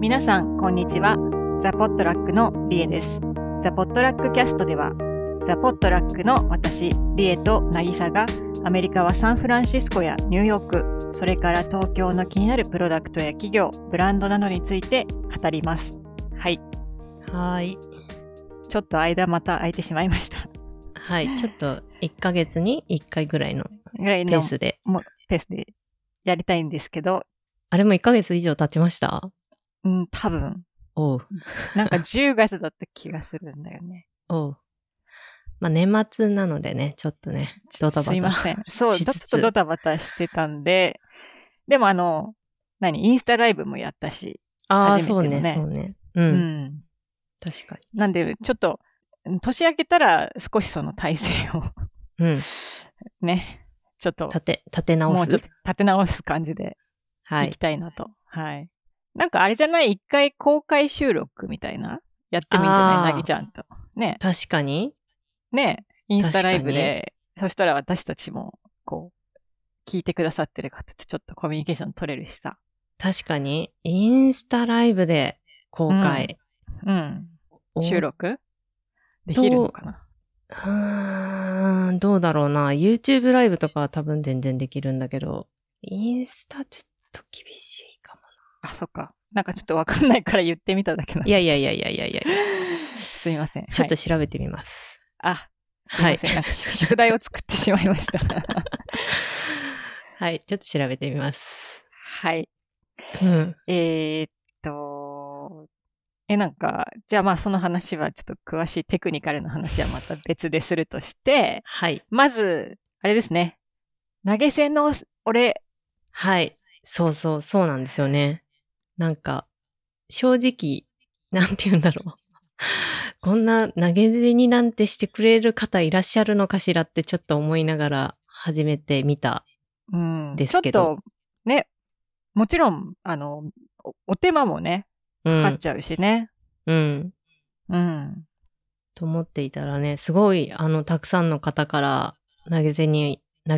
皆さんこんにちは。ザ・ポットラックのリエです。ザ・ポットラックキャストでは、ザ・ポットラックの私リエと渚がアメリカはサンフランシスコやニューヨーク、それから東京の気になるプロダクトや企業、ブランドなどについて語ります。はい。 はい。 ちょっと間また空いてしまいました。 はい。ちょっと1ヶ月に1回ぐらいのペースで。 ペースでやりたいんですけど。 あれも1ヶ月以上経ちました？ 多分。 おう。 なんか10月だった気がするんだよね。 おう。まあ年末なのでね、ちょっとね、ドタバタ。 すいません。そう、ちょっとドタバタしてたんで、でもインスタライブもやったし。 ああ、そうね、そうね。うん。確かに。 なんで、ちょっと、年明けたら少しその体制をね、ちょっと。 立て直す。 もうちょっと立て直す感じで、いきたいなと。はい。なんかあれじゃない？一回公開収録みたいなやってもいいんじゃない？なぎちゃんと。ね。 確かに。 ね。インスタライブで、そしたら私たちも、こう、聞いてくださってる方とちょっとコミュニケーション取れるしさ。 確かに。インスタライブで公開。 収録できるのかな？どうだろうな。YouTube ライブとかは多分全然できるんだけど、インスタちょっと厳しいかもな。あ、そっか。なんかちょっとわかんないから言ってみただけなんで。いや。 すいません。 ちょっと調べてみます。 あ、すいません。なんか宿題を作ってしまいました。 はい、ちょっと調べてみます。 はい。なんか、じゃあまあその話はちょっと詳しいテクニカルの話はまた別でするとして、 はい。 まず、あれですね。投げ銭の俺。 はい。そうなんですよね。なんか、正直、なんて言うんだろう。こんな投げ銭なんてしてくれる方いらっしゃるのかしらってちょっと思いながら始めてみたですけど。 ちょっとね、もちろん、お手間もね、かかっちゃうしね。 と思っていたらね、すごい、たくさんの方から投げ銭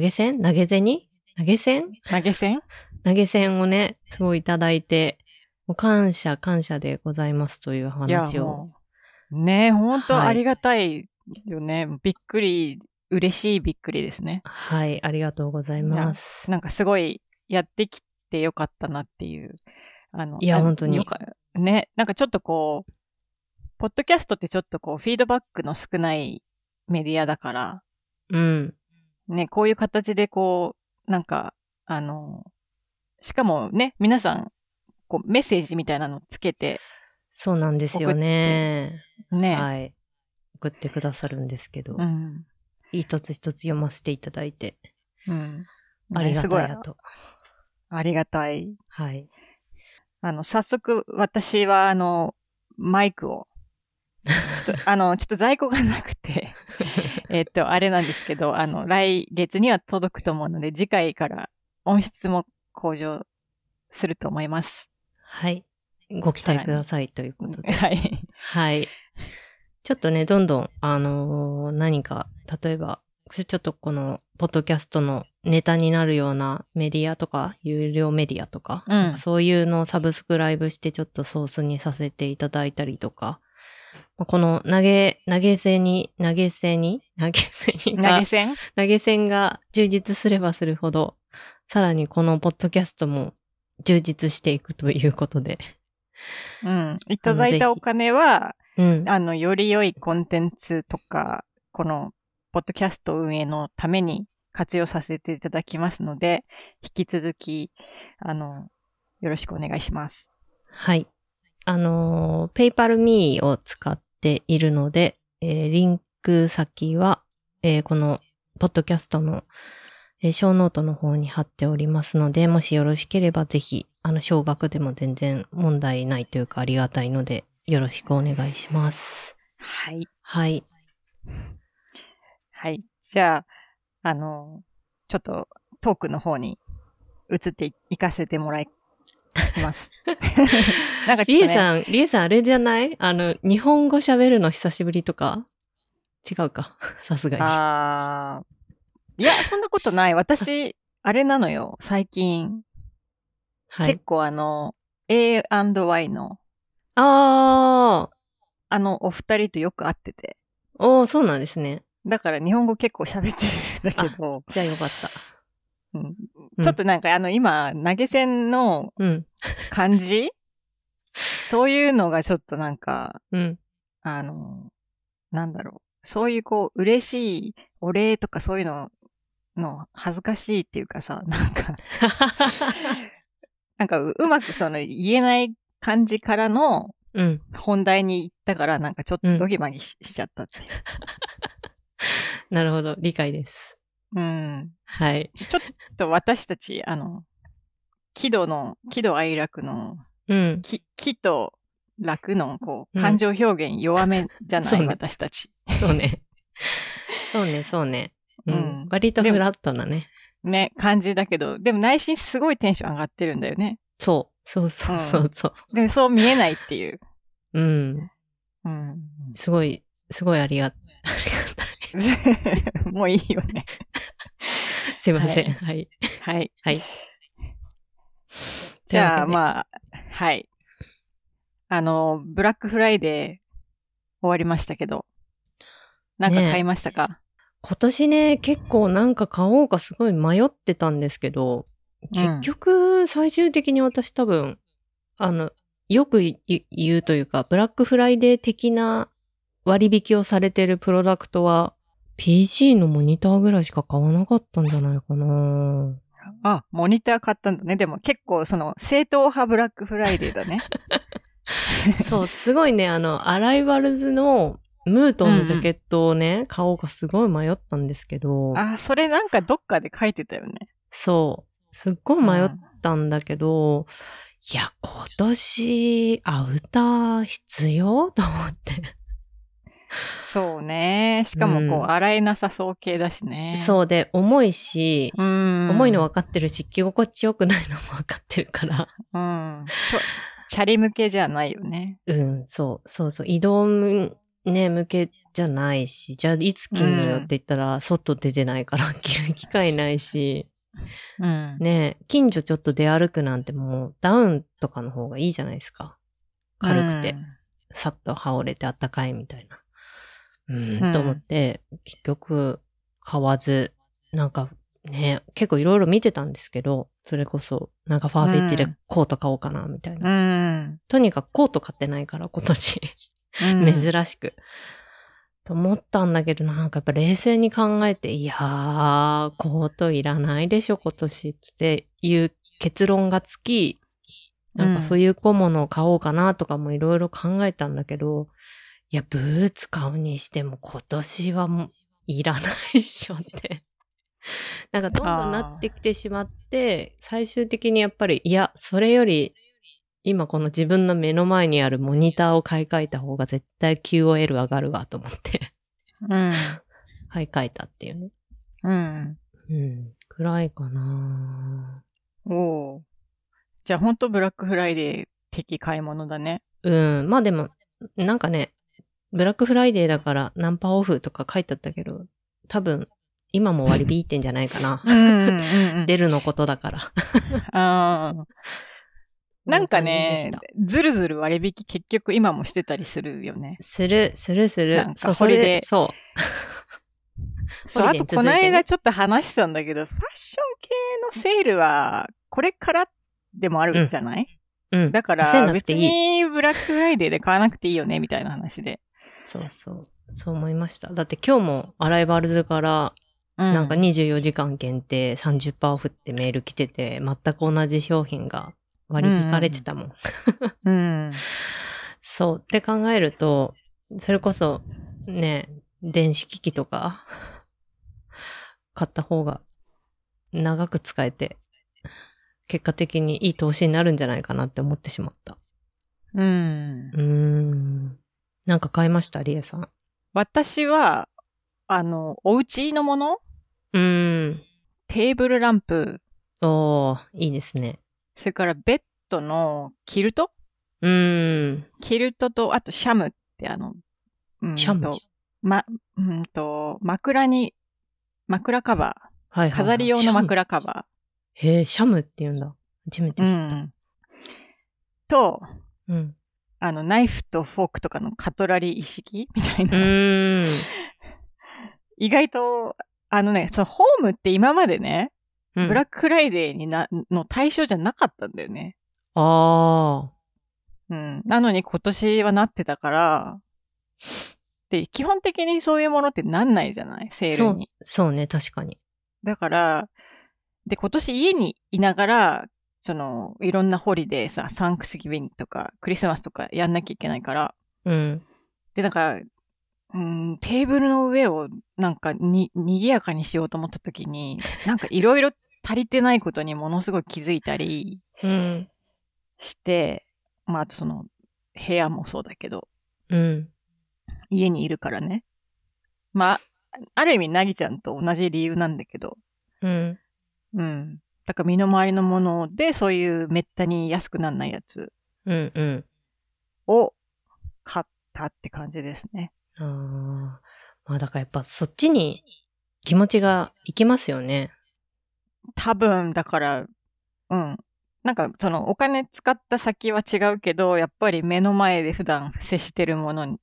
をね、すごいいただいて、もう感謝でございますという話を。 ね、本当ありがたいよね。びっくり、嬉しいびっくりですね。 はい、ありがとうございます。 なんかすごいやってきてよかったなっていう。 いや、本当に。 ね、なんかちょっとこう、ポッドキャストってちょっとこう、フィードバックの少ないメディアだから、ね、こういう形でこう、なんか、しかもね、皆さん、こう、メッセージみたいなのつけて。 そうなんですよね。 ね。 はい。送ってくださるんですけど。一つ一つ読ませていただいて。ありがたいと。 ありがたい。 はい。 早速、私は、マイクを、ちょっと在庫がなくて、あれなんですけど、来月には届くと思うので、次回から音質も向上すると思います。 はい。ご期待くださいということで。 はい。 はい。ちょっとね、どんどん、何か、例えば、ちょっとこの、ポッドキャストのネタになるようなメディアとか、有料メディアとか、そういうのをサブスクライブしてちょっとソースにさせていただいたりとか、この投げ銭が充実すればするほど、さらにこのポッドキャストも充実していくということで。 いただいたお金は、より良いコンテンツとか、このポッドキャスト運営のために活用させていただきますので、引き続き、よろしくお願いします。 はい。PayPal Me を使っているので、リンク先は、このポッドキャストのショーノートの方に貼っておりますので、もしよろしければぜひ、少額でも全然問題ないというかありがたいので、よろしくお願いします。 はい。 はい。 はい。じゃあ、ちょっとトークの方に移っていかせてもらいます。 なんかちょっとね。リエさんあれじゃない？日本語喋るの久しぶりとか？違うか。さすがに。 いや、そんなことない。私、あれなのよ。最近。はい、結構 A&Y の、 あお二人とよく会ってて。 そうなんですね。 だから日本語結構喋ってるんだけど。 じゃあよかった。 ちょっとなんか今、投げ銭の感じ、そういうのがちょっとなんか、なんだろう。そういう嬉しいお礼とかそういうの恥ずかしいっていうかさ、なんかうまく言えない感じからの本題に行ったからなんかちょっとドギマギしちゃったっていう。 なるほど。理解です。はい。 ちょっと私たち、喜怒哀楽の、喜と楽の、感情表現弱めじゃない、私たち。 そうね。割とフラットなね。 ね、感じだけど、でも内心すごいテンション上がってるんだよね。 そう。 でもそう見えないっていう。 すごいありがたい。もういいよね。 すいません。はい。 じゃあ、まあ、はい。ブラックフライデー終わりましたけど、なんか買いましたか？ 今年ね、結構なんか買おうかすごい迷ってたんですけど、結局、最終的に私多分、よく言うというか、ブラックフライデー的な割引をされてるプロダクトは、PC のモニターぐらいしか買わなかったんじゃないかな。 あ、モニター買ったんだね。でも結構正統派ブラックフライデーだね。 そう、すごいね、アライバルズのムートンのジャケットをね、買おうかすごい迷ったんですけど。 それなんかどっかで書いてたよね。 そう。すっごい迷ったんだけど、いや、今年、アウター必要と思って。 そうね。しかも洗えなさそう系だしね。 そうで、重いし、重いの分かってるし、着心地よくないのも分かってるから。 チャリ向けじゃないよね。 そう。移動ね、向けじゃないし、じゃあいつ着るのよって言ったら、外出てないから着る機会ないし、ね、近所ちょっと出歩くなんてもうダウンとかの方がいいじゃないですか。軽くて、さっと羽織れてあったかいみたいな。と思って、結局買わず、なんかね、結構いろいろ見てたんですけど、それこそ、なんかファーフェッチでコート買おうかな、みたいな。とにかくコート買ってないから、今年。珍しく。と思ったんだけど、なんかやっぱ冷静に考えて、いやー、コートいらないでしょ、今年っていう結論がつき、なんか冬小物を買おうかなとかもいろいろ考えたんだけど、いや、ブーツ買うにしても今年はもういらないっしょって。なんかどんどんなってきてしまって、最終的にやっぱり、いや、それより、今この自分の目の前にあるモニターを買い替えた方が絶対 QOL 上がるわと思って。買い替えたっていうね。くらいかな。 じゃあ本当ブラックフライデー的買い物だね。 まあでも、なんかね、ブラックフライデーだからナンパオフとか書いてあったけど、多分、今も割り引いてんじゃないかな。出るのことだから。 なんかね、ずるずる割引結局今もしてたりするよね。 する。 なんかホリデー。 そう。 あとこの間ちょっと話したんだけど、ファッション系のセールはこれからでもあるじゃない？だから別にブラックフライデーで買わなくていいよねみたいな話で。 そう思いました。だって今日もアライバルズから、なんか24時間限定 30% オフってメール来てて、全く同じ商品が割り引かれてたもん。そうって考えると、それこそね、電子機器とか買った方が長く使えて、結果的にいい投資になるんじゃないかなって思ってしまった。なんか買いました、リエさん。 私は、お家のもの？テーブルランプ。 いいですね。 それからベッドのキルト？キルトと、あとシャムってシャム？ 枕カバー。飾り用の枕カバー。へえ、シャムって言うんだ。初めて知った。 と、 うん。 ナイフとフォークとかのカトラリー一式みたいな。意外と、そのホームって今までね、ブラックフライデーの対象じゃなかったんだよね。 ああ。 うん。なのに今年はなってたから、で、基本的にそういうものってなんないじゃないセールに。 そうね、確かに。 だから、で、今年家にいながら、いろんなホリデーさ、サンクスギビングとか、クリスマスとかやんなきゃいけないから。 うん。 で、テーブルの上を賑やかにしようと思った時に、いろいろ足りてないことにものすごい気づいたりして、まあ、あと部屋もそうだけど、 うん。 家にいるからね。まあ、ある意味、なぎちゃんと同じ理由なんだけど、 うん。 うん。だから身の回りのもので、そういうめったに安くならないやつうんうん。 を買ったって感じですね。 まあだからやっぱそっちに気持ちがいきますよね。 多分、だから、うん。お金使った先は違うけど、やっぱり目の前で普段接してるもの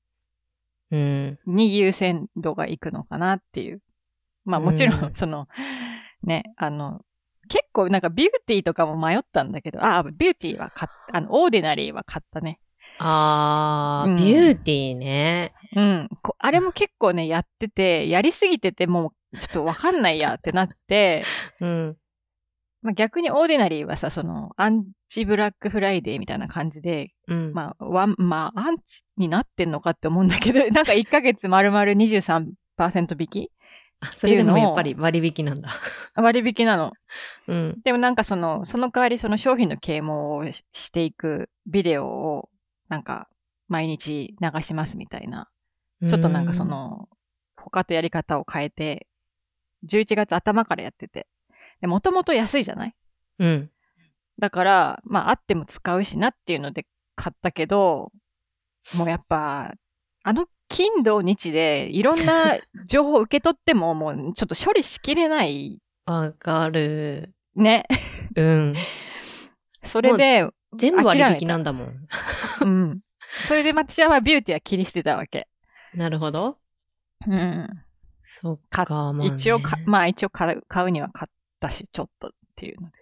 に優先度がいくのかなっていう。まあもちろん、ね、結構ビューティーとかも迷ったんだけど、ビューティーはオーディナリーは買ったね。 ビューティーね。 うん。あれも結構ね、やってて、やりすぎててもうちょっとわかんないやってなって、 うん。 まあ逆にオーディナリーはさ、アンチブラックフライデーみたいな感じで、 うん、 まあ、アンチになってんのかって思うんだけど、1ヶ月丸々 23% 引きそれでもやっぱり割引なんだ。 割引なの。 うん。 でもその代わり商品の啓蒙をしていくビデオを毎日流しますみたいな。ちょっと他とやり方を変えて、11月頭からやってて。で、もともと安いじゃない？ うん。 だから、まあ、あっても使うしなっていうので買ったけど、もうやっぱ、金土日でいろんな情報を受け取っても、もうちょっと処理しきれない。 わかる。 ね。 うん。 それで、 全部割引なんだもん。 うん。それで私はビューティーは切り捨てたわけ。 なるほど。 うん。 そっか、まあ、ね。 一応買うには買ったし、ちょっとっていうの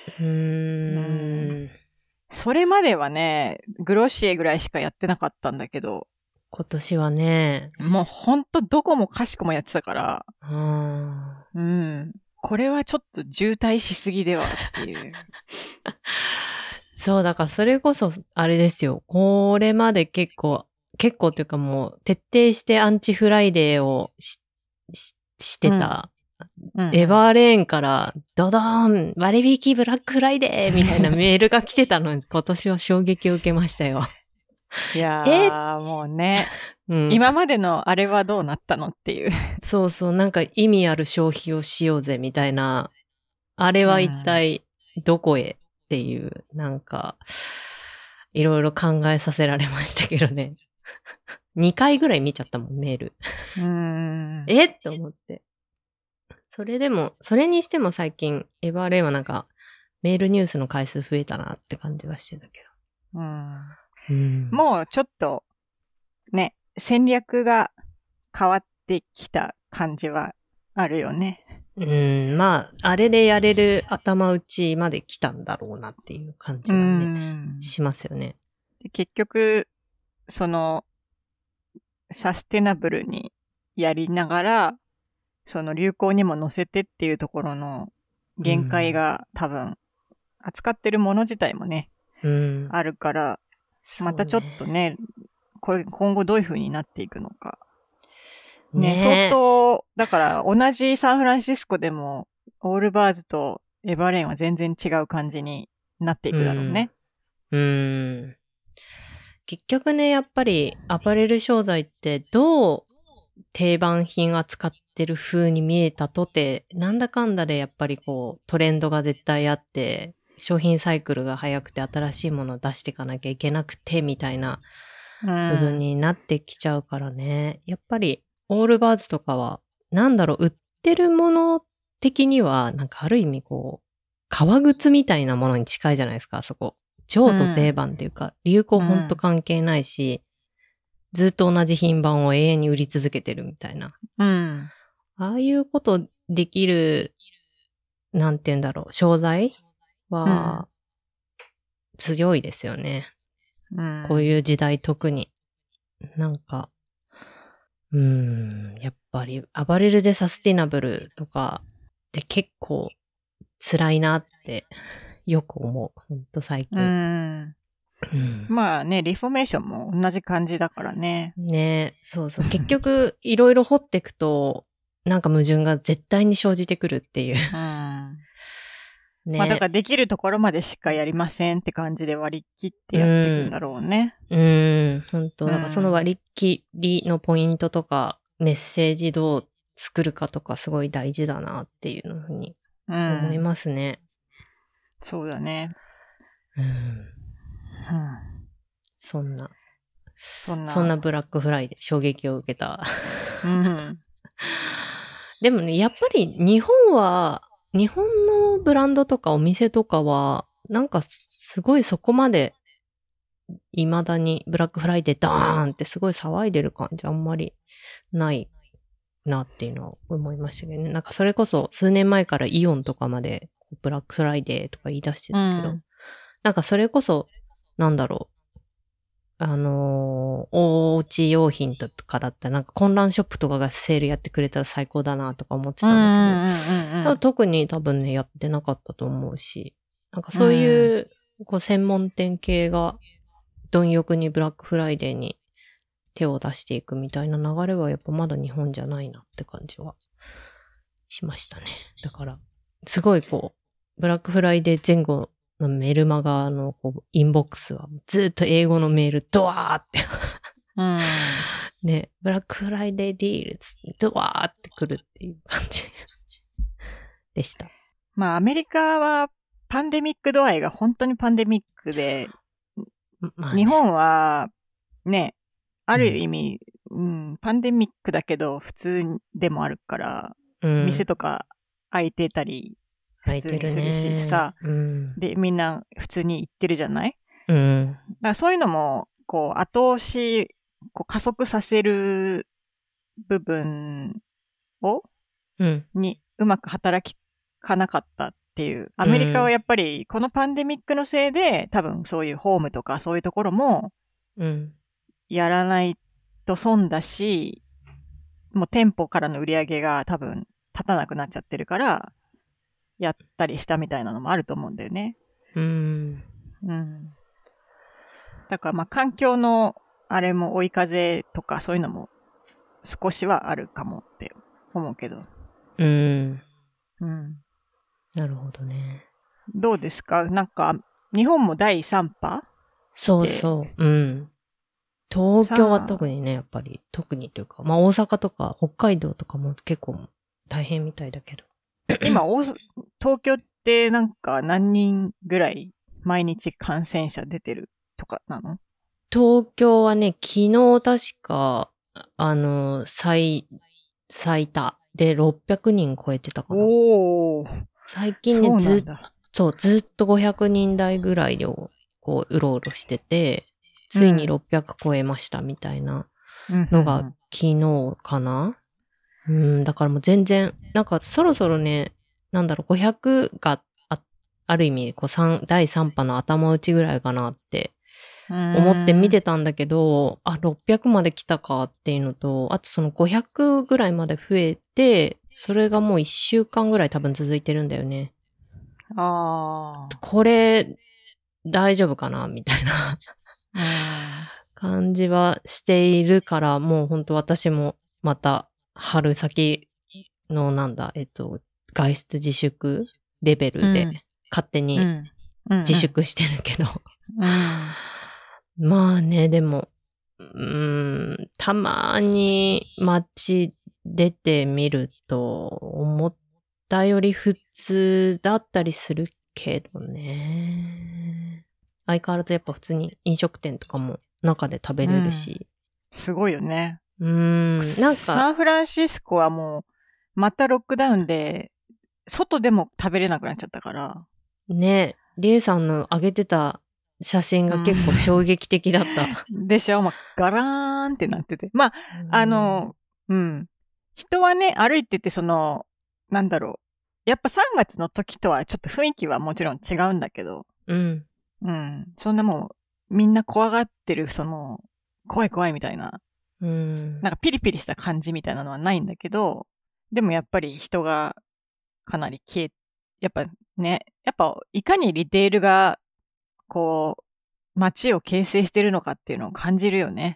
で。それまではね、グロシエぐらいしかやってなかったんだけど。 今年はね。 もうほんとどこもかしこもやってたから。 うん。 これはちょっと渋滞しすぎではっていう。 そう、だからそれこそ、あれですよ。これまで結構っていうかもう、徹底してアンチフライデーをしてた。エバーレーンから、ドドーン割引ブラックフライデーみたいなメールが来てたのに、今年は衝撃を受けましたよ。 いやー、もうね、今までのあれはどうなったのっていう。 そうそう、意味ある消費をしようぜみたいな、あれは一体どこへっていう、いろいろ考えさせられましたけどね。2回ぐらい見ちゃったもん、メール。って思って。それにしても最近、エバーレイはメールニュースの回数増えたなって感じはしてたけど。 もうちょっと、ね、戦略が変わってきた感じはあるよね。 まあ、あれでやれる頭打ちまで来たんだろうなっていう感じがね、しますよね。 で結局、サステナブルにやりながら、流行にも乗せてっていうところの限界が多分、扱ってるもの自体もね、あるから、またちょっとね、これ今後どういう風になっていくのか。ね、相当、だから同じサンフランシスコでも、オールバーズとエバーレーンは全然違う感じになっていくだろうね。 結局ね、やっぱりアパレル商材ってどう定番品扱ってる風に見えたとて、なんだかんだでやっぱりトレンドが絶対あって、商品サイクルが早くて新しいものを出していかなきゃいけなくてみたいな部分になってきちゃうからね。やっぱりオールバーズとかは、売ってるもの的には、ある意味革靴みたいなものに近いじゃないですか、そこ。 超と定番っていうか、流行ほんと関係ないし、ずっと同じ品番を永遠に売り続けてるみたいな。ああいうことできる、なんて言うんだろう、商材は強いですよね。こういう時代特に。なんか、やっぱり、アパレルでサスティナブルとかって結構辛いなってよく思う。ほんと最近。 まあね、リフォーメーションも同じ感じだからね。 ね、そうそう。結局、いろいろ掘っていくと、なんか矛盾が絶対に生じてくるっていう。 ね、まあだからできるところまでしかやりませんって感じで割り切ってやっていくんだろうね。 本当だからその割り切りのポイントとか、メッセージどう作るかとかすごい大事だなっていうふうに思いますね。 そうだね。そんなブラックフライデー衝撃を受けた。でもね、やっぱり日本のブランドとかお店とかは、なんかすごいそこまで、未だにブラックフライデーダーンってすごい騒いでる感じあんまりないなっていうのは思いましたけどね。なんかそれこそ数年前からイオンとかまでブラックフライデーとか言い出してたけど、なんかそれこそ、なんだろう。おうち用品とかだったらなんか混乱ショップとかがセールやってくれたら最高だなとか思ってたんだけど、特に多分ね、やってなかったと思うし、なんかそういう、こう専門店系が貪欲にブラックフライデーに手を出していくみたいな流れはやっぱまだ日本じゃないなって感じはしましたね。だから、すごいこう、ブラックフライデー前後のメルマガのこうインボックスはずっと英語のメールドワーってね、ブラックフライデーディールドワーってくるっていう感じでした。 まあアメリカはパンデミック度合いが本当にパンデミックで、日本はね、ある意味、パンデミックだけど普通でもあるから、店とか開いてたり普通にするしさ、でみんな普通に行ってるじゃない、だからそういうのもこう後押しこう加速させる部分を、にうまく働かなかったっていう。アメリカはやっぱりこのパンデミックのせいで多分そういうホームとかそういうところもやらないと損だし、もう店舗からの売り上げが多分立たなくなっちゃってるからやったりしたみたいなのもあると思うんだよね。だからまあ環境のあれも追い風とかそういうのも少しはあるかもって思うけど。 なるほどね。 どうですか？なんか日本も第3波？ そうそう。東京は特にね、やっぱり特にというか、まあ大阪とか北海道とかも結構大変みたいだけど。 今東京ってなんか何人ぐらい毎日感染者出てるとかなの？ 東京はね、昨日確か、最多で600人超えてたかな。最近ね、ずっと500人台ぐらいをこう、うろうろしてて、ついに600超えましたみたいなのが昨日かな。だからもう全然、なんかそろそろね、なんだろう、500がある意味、こう第3波の頭打ちぐらいかなって思って見てたんだけど、600まで来たかっていうのと、あとその500ぐらいまで増えて、それがもう1週間ぐらい多分続いてるんだよね。これ、大丈夫かなみたいな感じはしているから、もう本当私もまた春先の外出自粛レベルで勝手に自粛してるけど。まあね、でも、たまに街出てみると思ったより普通だったりするけどね。相変わらずやっぱ普通に飲食店とかも中で食べれるし。 すごいよね。 なんか。 サンフランシスコはもう、またロックダウンで、外でも食べれなくなっちゃったから。 ね、リエさんの上げてた写真が結構衝撃的だった。 でしょ、ガラーンってなってて。人はね、歩いてて、なんだろう。やっぱ3月の時とはちょっと雰囲気はもちろん違うんだけど、そんなもう、みんな怖がってる、怖い怖いみたいな、なんかピリピリした感じみたいなのはないんだけど、でもやっぱり人がかなりやっぱいかにリテールが、こう、街を形成してるのかっていうのを感じるよね。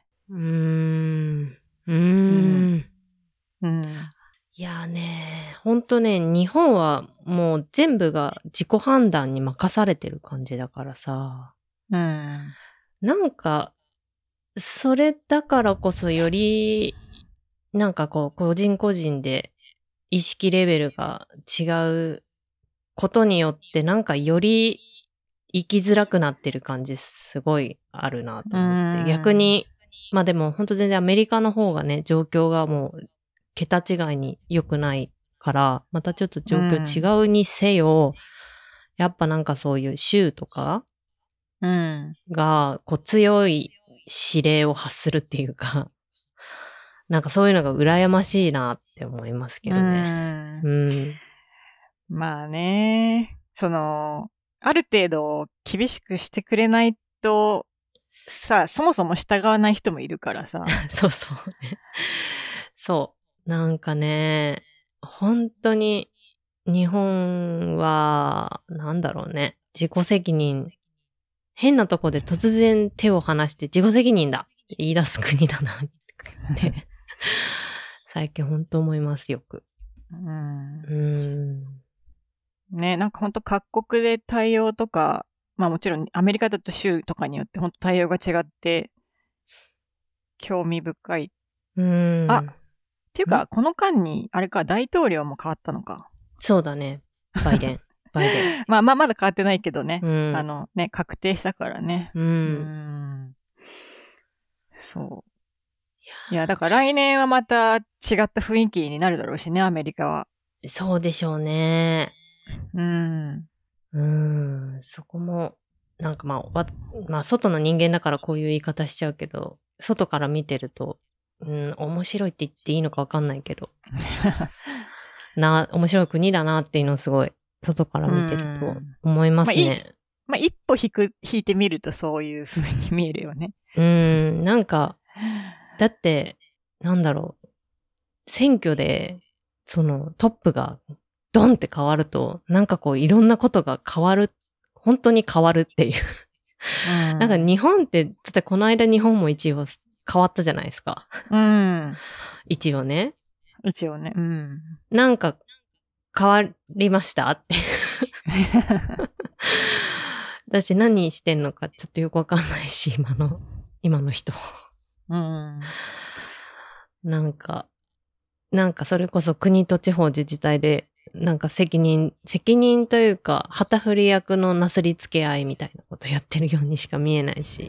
いやーね、ほんとね、日本はもう全部が自己判断に任されてる感じだからさ。なんか、それだからこそより、なんかこう、個人個人で意識レベルが違うことによって、なんかより生きづらくなってる感じすごいあるなと思って。逆に、まあでも本当全然アメリカの方がね、状況がもう桁違いに良くないから、またちょっと状況違うにせよ、やっぱなんかそういう州とかがこう強い指令を発するっていうか、なんかそういうのが羨ましいなって思いますけどね。 まあね、ある程度厳しくしてくれないと、さ、そもそも従わない人もいるからさ。 そうそうね。そう。なんかね、本当に日本は、なんだろうね。自己責任。変なとこで突然手を離して自己責任だって言い出す国だなって最近本当思いますよく。 ね、なんか本当各国で対応とか、まあもちろんアメリカだと州とかによって本当対応が違って興味深い。っていうかこの間にあれか大統領も変わったのか。 そうだね。バイデン。 まだ変わってないけどね。確定したからね。そう。いや、だから来年はまた違った雰囲気になるだろうしね、アメリカは。 そうでしょうね。そこも、なんかまあ、外の人間だからこういう言い方しちゃうけど、外から見てると、面白いって言っていいのかわかんないけど、面白い国だなっていうのをすごい、外から見てると思いますね。 一歩引いてみるとそういう風に見えるよね。 なんか、だって、なんだろう、選挙で、トップがドンって変わると、なんかこういろんなことが本当に変わるっていう。なんか日本って、だってこの間日本も一応変わったじゃないですか。一応ね。なんか変わりましたって。私何してんのかちょっとよくわかんないし、今の人。なんかそれこそ国と地方自治体で、なんか責任というか、旗振り役のなすりつけ合いみたいなことやってるようにしか見えないし。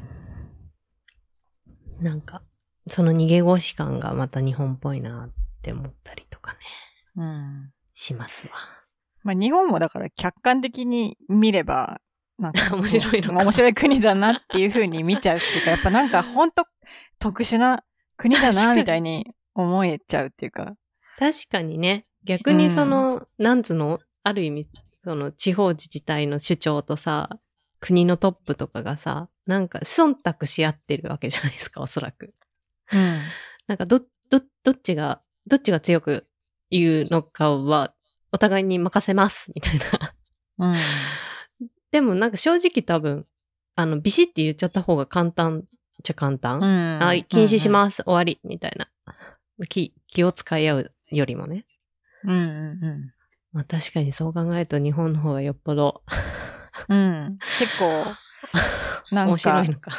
なんか、その逃げ腰感がまた日本っぽいなって思ったりとかね。しますわ。 まあ日本もだから客観的に見れば、なんか面白いのか。 面白い国だなっていう風に見ちゃうっていうか、やっぱなんか本当特殊な国だなみたいに思えちゃうっていうか。 確かにね。逆になんつの、ある意味、地方自治体の首長とさ、国のトップとかがさ、なんか忖度し合ってるわけじゃないですか、おそらく。なんかどっちが強く言うのかは、お互いに任せます、みたいな。でもなんか正直多分、ビシッて言っちゃった方が簡単っちゃ簡単。禁止します、終わり、みたいな。気を使い合うよりもね。まあ確かにそう考えると日本の方がよっぽど。 結構、なんか。 面白いのか。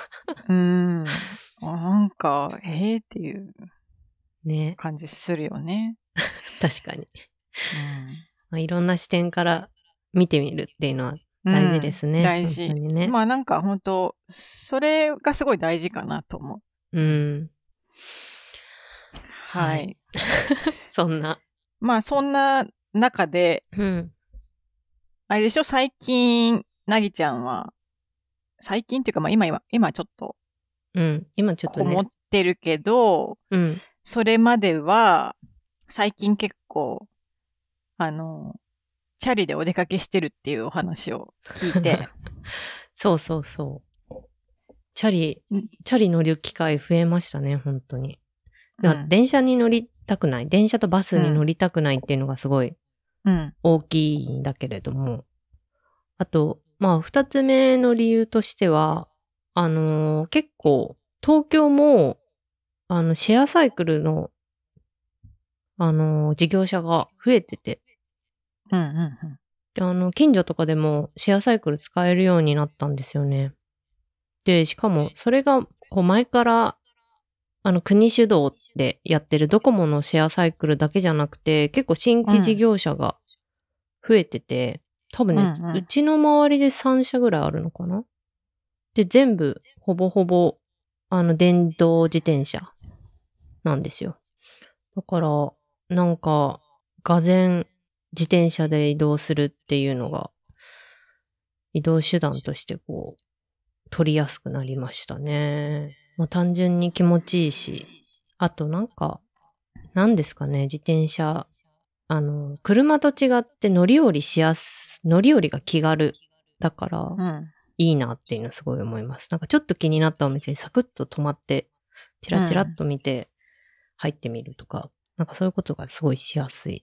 なんか、っていう感じするよね。 確かに。まあ、いろんな視点から見てみるっていうのは大事ですね。 大事。本当にね。まあなんか本当それがすごい大事かなと思う。はい。 そんな中で、あれでしょ、最近、なぎちゃんは、 最近っていうか、まあ今ちょっと、 今ちょっとね。 こもってるけど、それまでは、最近結構、チャリでお出かけしてるっていうお話を聞いて。 そうそうそう。チャリ乗る機会増えましたね、本当に。電車に乗りたくない。電車とバスに乗りたくないっていうのがすごい大きいんだけれども。あと、まあ、二つ目の理由としては、結構、東京も、シェアサイクルの、事業者が増えてて。近所とかでもシェアサイクル使えるようになったんですよね。で、しかも、それが、こう、前から、国主導でやってるドコモのシェアサイクルだけじゃなくて、結構新規事業者が増えてて、多分ね、うちの周りで3社ぐらいあるのかな。で、全部、ほぼほぼ、電動自転車なんですよ。だから、なんか、がぜん自転車で移動するっていうのが、移動手段としてこう、取りやすくなりましたね。まあ、単純に気持ちいいし、あとなんか、何ですかね、自転車。車と違って乗り降りが気軽だから、いいなっていうのすごい思います。なんかちょっと気になったお店にサクッと止まって、チラチラっと見て入ってみるとか、なんかそういうことがすごいしやすい。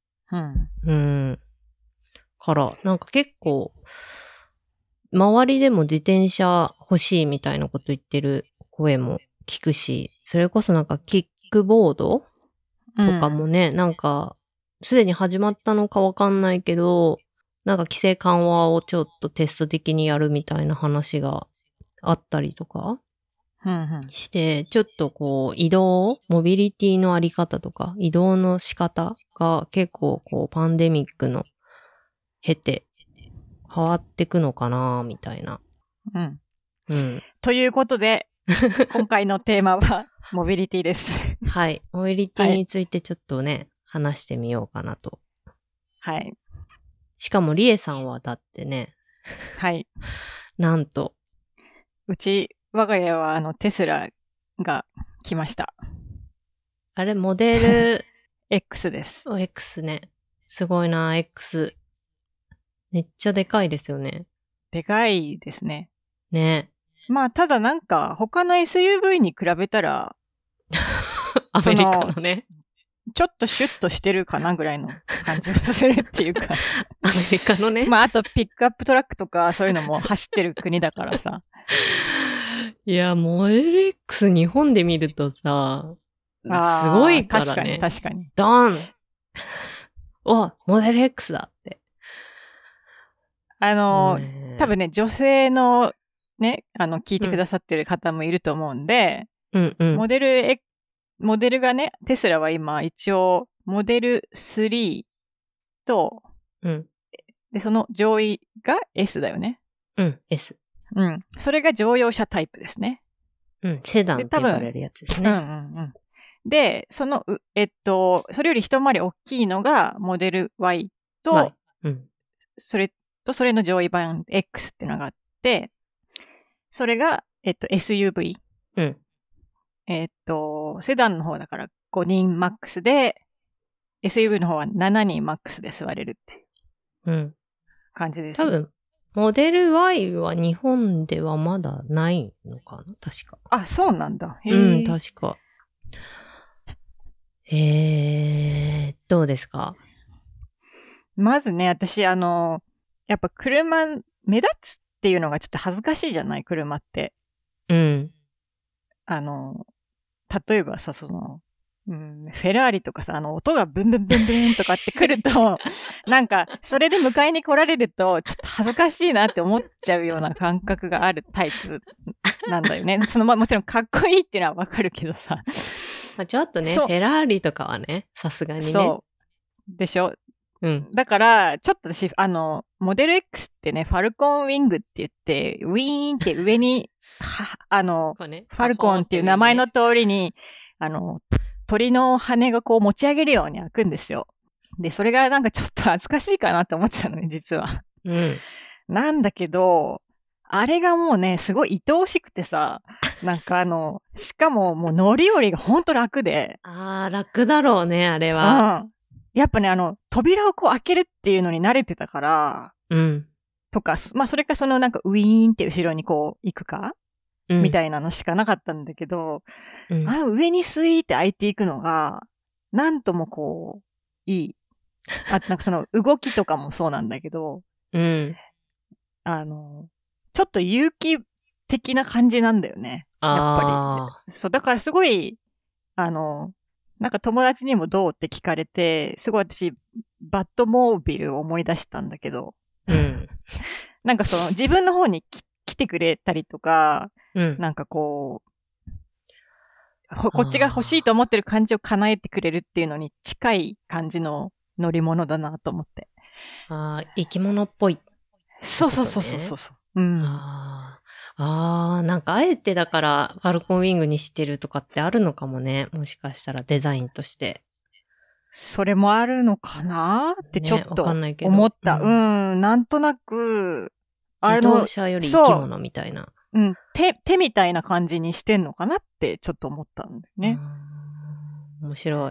から、なんか結構、周りでも自転車欲しいみたいなこと言ってる声も聞くし、それこそなんかキックボードとかもね、なんか、すでに始まったのかわかんないけど、なんか規制緩和をちょっとテスト的にやるみたいな話があったりとかして、ちょっとこうモビリティのあり方とか、移動の仕方が結構こうパンデミックの経て変わってくのかなみたいな。 ということで、今回のテーマはモビリティです。 はい。モビリティについてちょっとね、話してみようかなと。 はい。 しかもリエさんはだってね。 はい。 なんと。 我が家はテスラが来ました。 あれ、モデル X です。 X ね。すごいな、X。めっちゃでかいですよね。 でかいですね。 ね。 まあ、ただなんか、他の SUV に比べたら、 アメリカのね。 ちょっとシュッとしてるかなぐらいの感じがするっていうか。 アメリカのね。 まあ、あとピックアップトラックとかそういうのも走ってる国だからさ。 いや、モデル X 日本で見るとさ、すごいからね。 確かに。 ドンお、モデル X だって。 多分ね、女性のね、聞いてくださってる方もいると思うんで、モデルがね、テスラは今一応、モデル3と、で、その上位が S だよね。 S。 それが乗用車タイプですね。 セダンって呼ばれるやつですね。 で、それより一回り大きいのがモデル Y と、それの上位版 X っていうのがあって、それが、SUV。セダンの方だから5人マックスで、SUV の方は7人マックスで座れるっていう感じです、 多分、モデル Y は日本ではまだないのかな確か。 あ、そうなんだ。 確か。どうですか？ まずね、私、やっぱ車、目立つっていうのがちょっと恥ずかしいじゃない？車って。例えばさ、フェラーリとかさ、音がブンブンブンブンとかってくると、なんか、それで迎えに来られると、ちょっと恥ずかしいなって思っちゃうような感覚があるタイプなんだよね。もちろんかっこいいっていうのはわかるけどさ。 まあ、ちょっとね、フェラーリとかはね、さすがにね。 そう。でしょ？だから、ちょっと私、モデル X ってね、ファルコンウィングって言って、ウィーンって上に、ファルコンっていう名前の通りに、鳥の羽がこう持ち上げるように開くんですよ。で、それがなんかちょっと恥ずかしいかなと思ってたのね、実は。 うん。 なんだけど、 あれがもうね、すごい愛おしくてさ、なんかしかももう乗り降りがほんと楽で。 楽だろうね、あれは。 うん。やっぱね、扉をこう開けるっていうのに慣れてたから、 うん。 とか、まあそれかなんかウィーンって後ろにこう行くか、みたいいなのしかなかったんだけど、 うん上にスイーって開いていくのが、なんともこう、いい。なんか動きとかもそうなんだけど、 うん。 ちょっと勇気的な感じなんだよね。やっぱり。そう、だからすごい、なんか友達にもどうって聞かれて、すごい私、バッドモービルを思い出したんだけど、 うん。 なんか自分の方に来てくれたりとか、 うん。 なんかこっちが欲しいと思ってる感じを叶えてくれるっていうのに近い感じの乗り物だなと思って。 生き物っぽい、ね。 そうそうそうそうそう。うん。 なんかあえてだからファルコンウィングにしてるとかってあるのかもね。もしかしたらデザインとして。 それもあるのかなってちょっと思った。なんとなく、 自動車より生き物みたいな。 うん、手みたいな感じにしてんのかなってちょっと思ったんだよね。 面白い。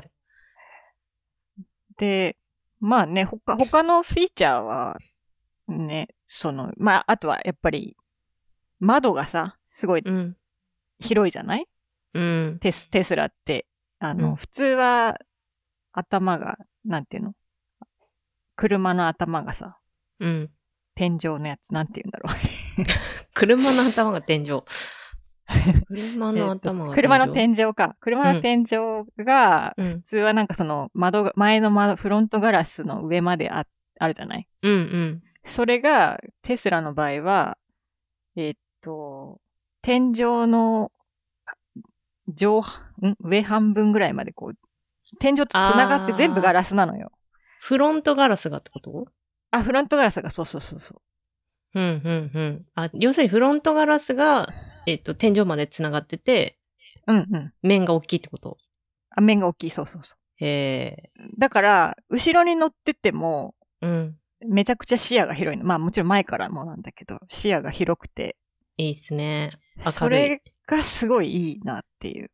で、まあね、他のフィーチャーは、ね、まあ、あとはやっぱり、窓がさ、すごい、広いじゃない？ うん。 テスラって、普通は、頭が、なんていうの？車の頭がさ、 うん。 天井のやつ、なんて言うんだろう。 車の頭が天井。車の頭が天井。 車の天井か。車の天井が、普通はなんか前のフロントガラスの上まであるじゃない？ うんうん。 それが、テスラの場合は、天井の上半分ぐらいまでこう、天井と繋がって全部ガラスなのよ。 フロントガラスがってこと？ フロントガラスが、そうそうそうそう。 要するにフロントガラスが、天井まで繋がってて、面が大きいってこと？ 面が大きい、そうそうそう。だから、後ろに乗ってても、めちゃくちゃ視野が広いの。まあもちろん前からもなんだけど、視野が広くて。 いいっすね。明るい。 それがすごいいいなっていう。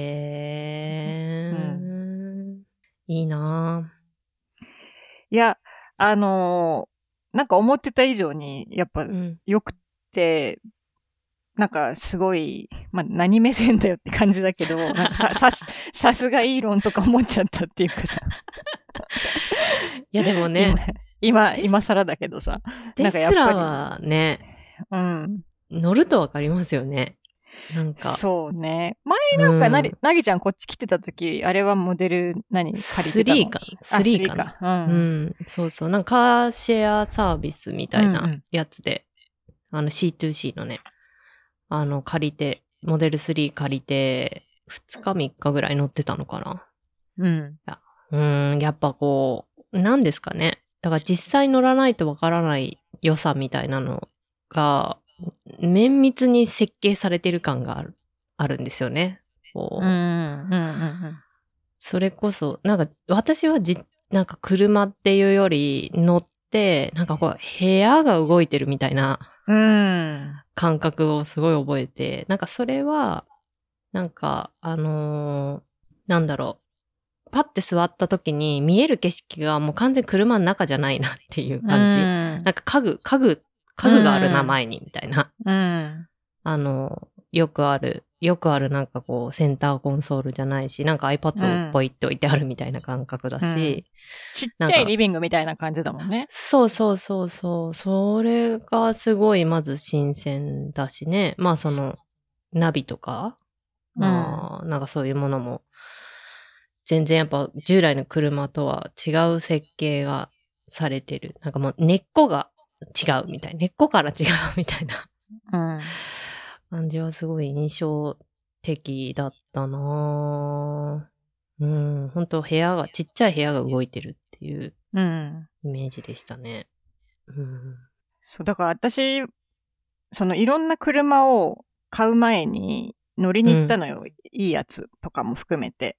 いいなぁ。 いや、なんか思ってた以上に、やっぱ、良くて、なんかすごい、まあ何目線だよって感じだけど、なんかさすがイーロンとか思っちゃったっていうかさ。 いやでもね。 今更だけどさ。 テスラはね、乗るとわかりますよね。なんか。 そうね。前なんかなぎちゃんこっち来てた時、あれはモデル借りてたの ？3か。3かな。そうそう。なんかカーシェアサービスみたいなやつで、C2C のね、借りて、モデル3借りて、2日3日ぐらい乗ってたのかな。やっぱこう、なんですかね。だから実際乗らないとわからない良さみたいなのが、綿密に設計されてる感があるんですよね。それこそ、なんか私はなんか車っていうより乗って、なんかこう部屋が動いてるみたいな感覚をすごい覚えて、なんかそれは、なんかなんだろう。パッて座った時に見える景色がもう完全に車の中じゃないなっていう感じ。なんか家具があるな、前に、みたいな。よくあるなんかこう、センターコンソールじゃないし、なんか iPad をポイって置いてあるみたいな感覚だし。 ちっちゃいリビングみたいな感じだもんね。 そう。それがすごいまず新鮮だしね。まあナビとか、なんかそういうものも、全然やっぱ従来の車とは違う設計がされてる。なんかもう根っこが違うみたいな。根っこから違うみたいな。感じはすごい印象的だったなぁ。本当ちっちゃい部屋が動いてるっていうイメージでしたね。 そう、だから私、いろんな車を買う前に乗りに行ったのよ。いいやつとかも含めて。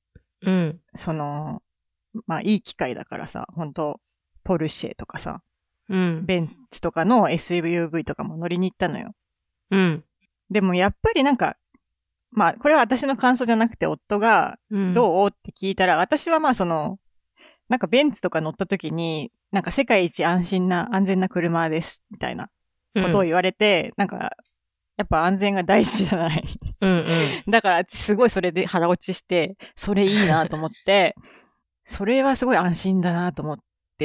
まあいい機会だからさ、本当ポルシェとかさ、ベンツとかの SUV とかも乗りに行ったのよ。 うん。 でもやっぱりなんか、まあこれは私の感想じゃなくて夫がどうって聞いたら、私はまあなんかベンツとか乗った時に、なんか世界一安全な車ですみたいなことを言われて、なんかやっぱ安全が大事じゃない。 うんうん。 だからすごいそれで腹落ちして、それいいなと思って、それはすごい安心だなと思って、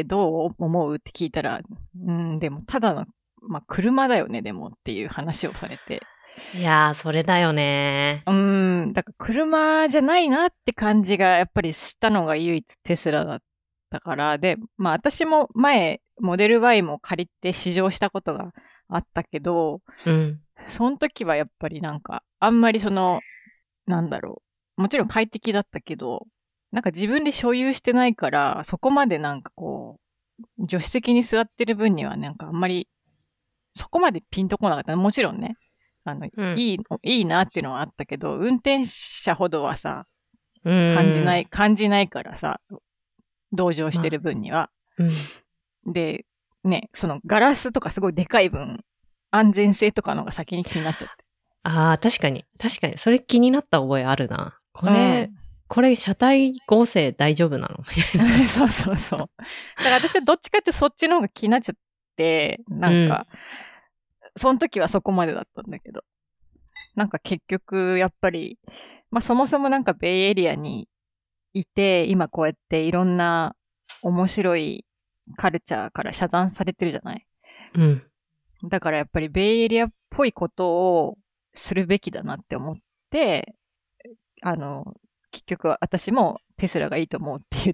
どう思うって聞いたら、でもただの、まあ車だよね、でもっていう話をされて。 いやー、それだよね。 だから車じゃないなって感じがやっぱりしたのが唯一テスラだったから、で、まあ私も前、モデル Y も借りて試乗したことがあったけど、 うん。 その時はやっぱりなんか、あんまりなんだろう。もちろん快適だったけど、なんか自分で所有してないから、そこまでなんかこう、助手席に座ってる分にはなんかあんまり、そこまでピンとこなかった。もちろんね、 うん、 いいなっていうのはあったけど、運転者ほどはさ、感じないからさ、同乗してる分には。 まあ、 で、ね、ガラスとかすごいでかい分、安全性とかのが先に気になっちゃって。 ああ、確かに。それ気になった覚えあるな。これ車体合成大丈夫なのみたいな。 そうそうそう。だから私はどっちかってそっちの方が気になっちゃって、なんか、その時はそこまでだったんだけど。なんか結局、やっぱり、まあそもそもなんかベイエリアにいて、今こうやっていろんな面白いカルチャーから遮断されてるじゃない。 うん。 だからやっぱりベイエリアっぽいことをするべきだなって思って、結局私もテスラがいいと思うって言って、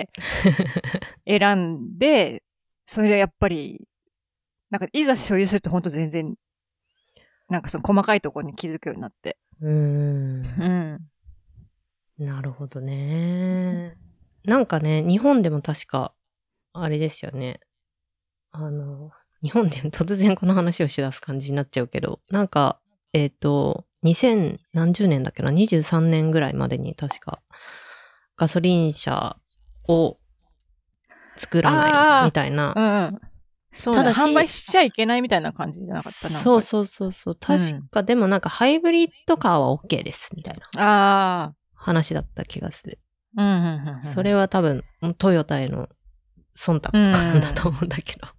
選んで、それでやっぱり、なんかいざ所有すると本当全然、なんか細かいところに気づくようになって。うん。 なるほどね。なんかね、日本でも確か、あれですよね。日本で突然この話をしだす感じになっちゃうけど、なんか、2000何十年だっけな、23年ぐらいまでに確か、ガソリン車を作らないみたいな。 そうだ、販売しちゃいけないみたいな感じじゃなかったな。 そう。確か、でもなんかハイブリッドカーは OK です、みたいな話だった気がする。それは多分、トヨタへの忖度とかなんだと思うんだけど。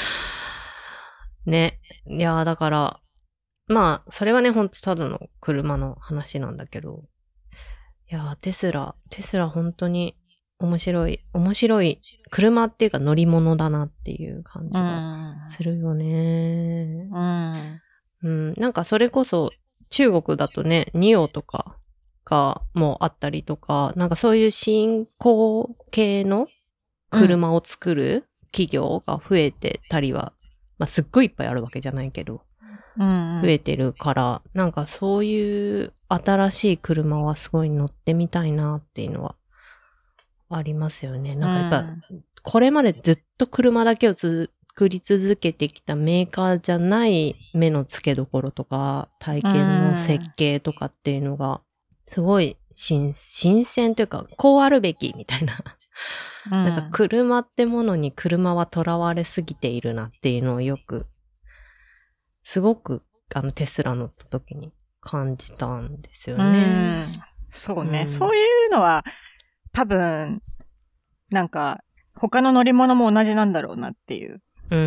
ね。いやーだから、まあ、それはね、ほんとただの車の話なんだけど。いやーテスラ本当に面白い、車っていうか乗り物だなっていう感じがするよね。なんかそれこそ中国だとね、ニオとかがもうあったりとか、なんかそういう新興系の車を作る企業が増えてたりは、まあすっごいいっぱいあるわけじゃないけど、増えてるから、なんかそういう新しい車はすごい乗ってみたいなっていうのはありますよね。なんかやっぱ、これまでずっと車だけを作り続けてきたメーカーじゃない目の付けどころとか、体験の設計とかっていうのが、すごい新鮮というか、こうあるべきみたいな。なんか車ってものに車は囚われすぎているなっていうのをよく、すごくテスラ乗った時に感じたんですよね。 そうね。そういうのは多分、なんか他の乗り物も同じなんだろうなっていう。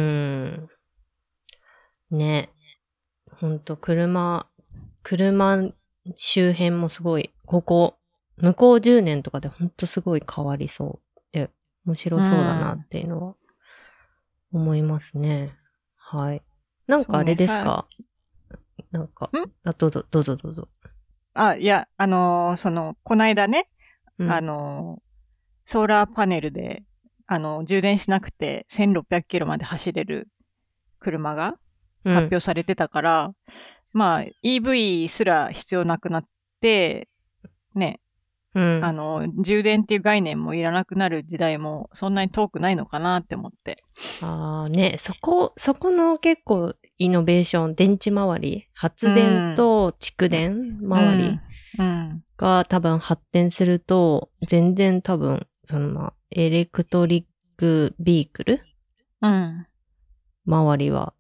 ね。ほんと車周辺もすごい、向こう10年とかでほんとすごい変わりそうで、面白そうだなっていうのは思いますね。はい。なんかあれですか？なんか、どうぞ。 いや、この間ね、ソーラーパネルで、充電しなくて1600キロまで走れる車が発表されてたから、まあ、EV すら必要なくなって、ね、充電っていう概念もいらなくなる時代もそんなに遠くないのかなって思って。 ね、そこの結構イノベーション、電池周り、発電と蓄電周りが多分発展すると、全然多分、エレクトリックビークル周りは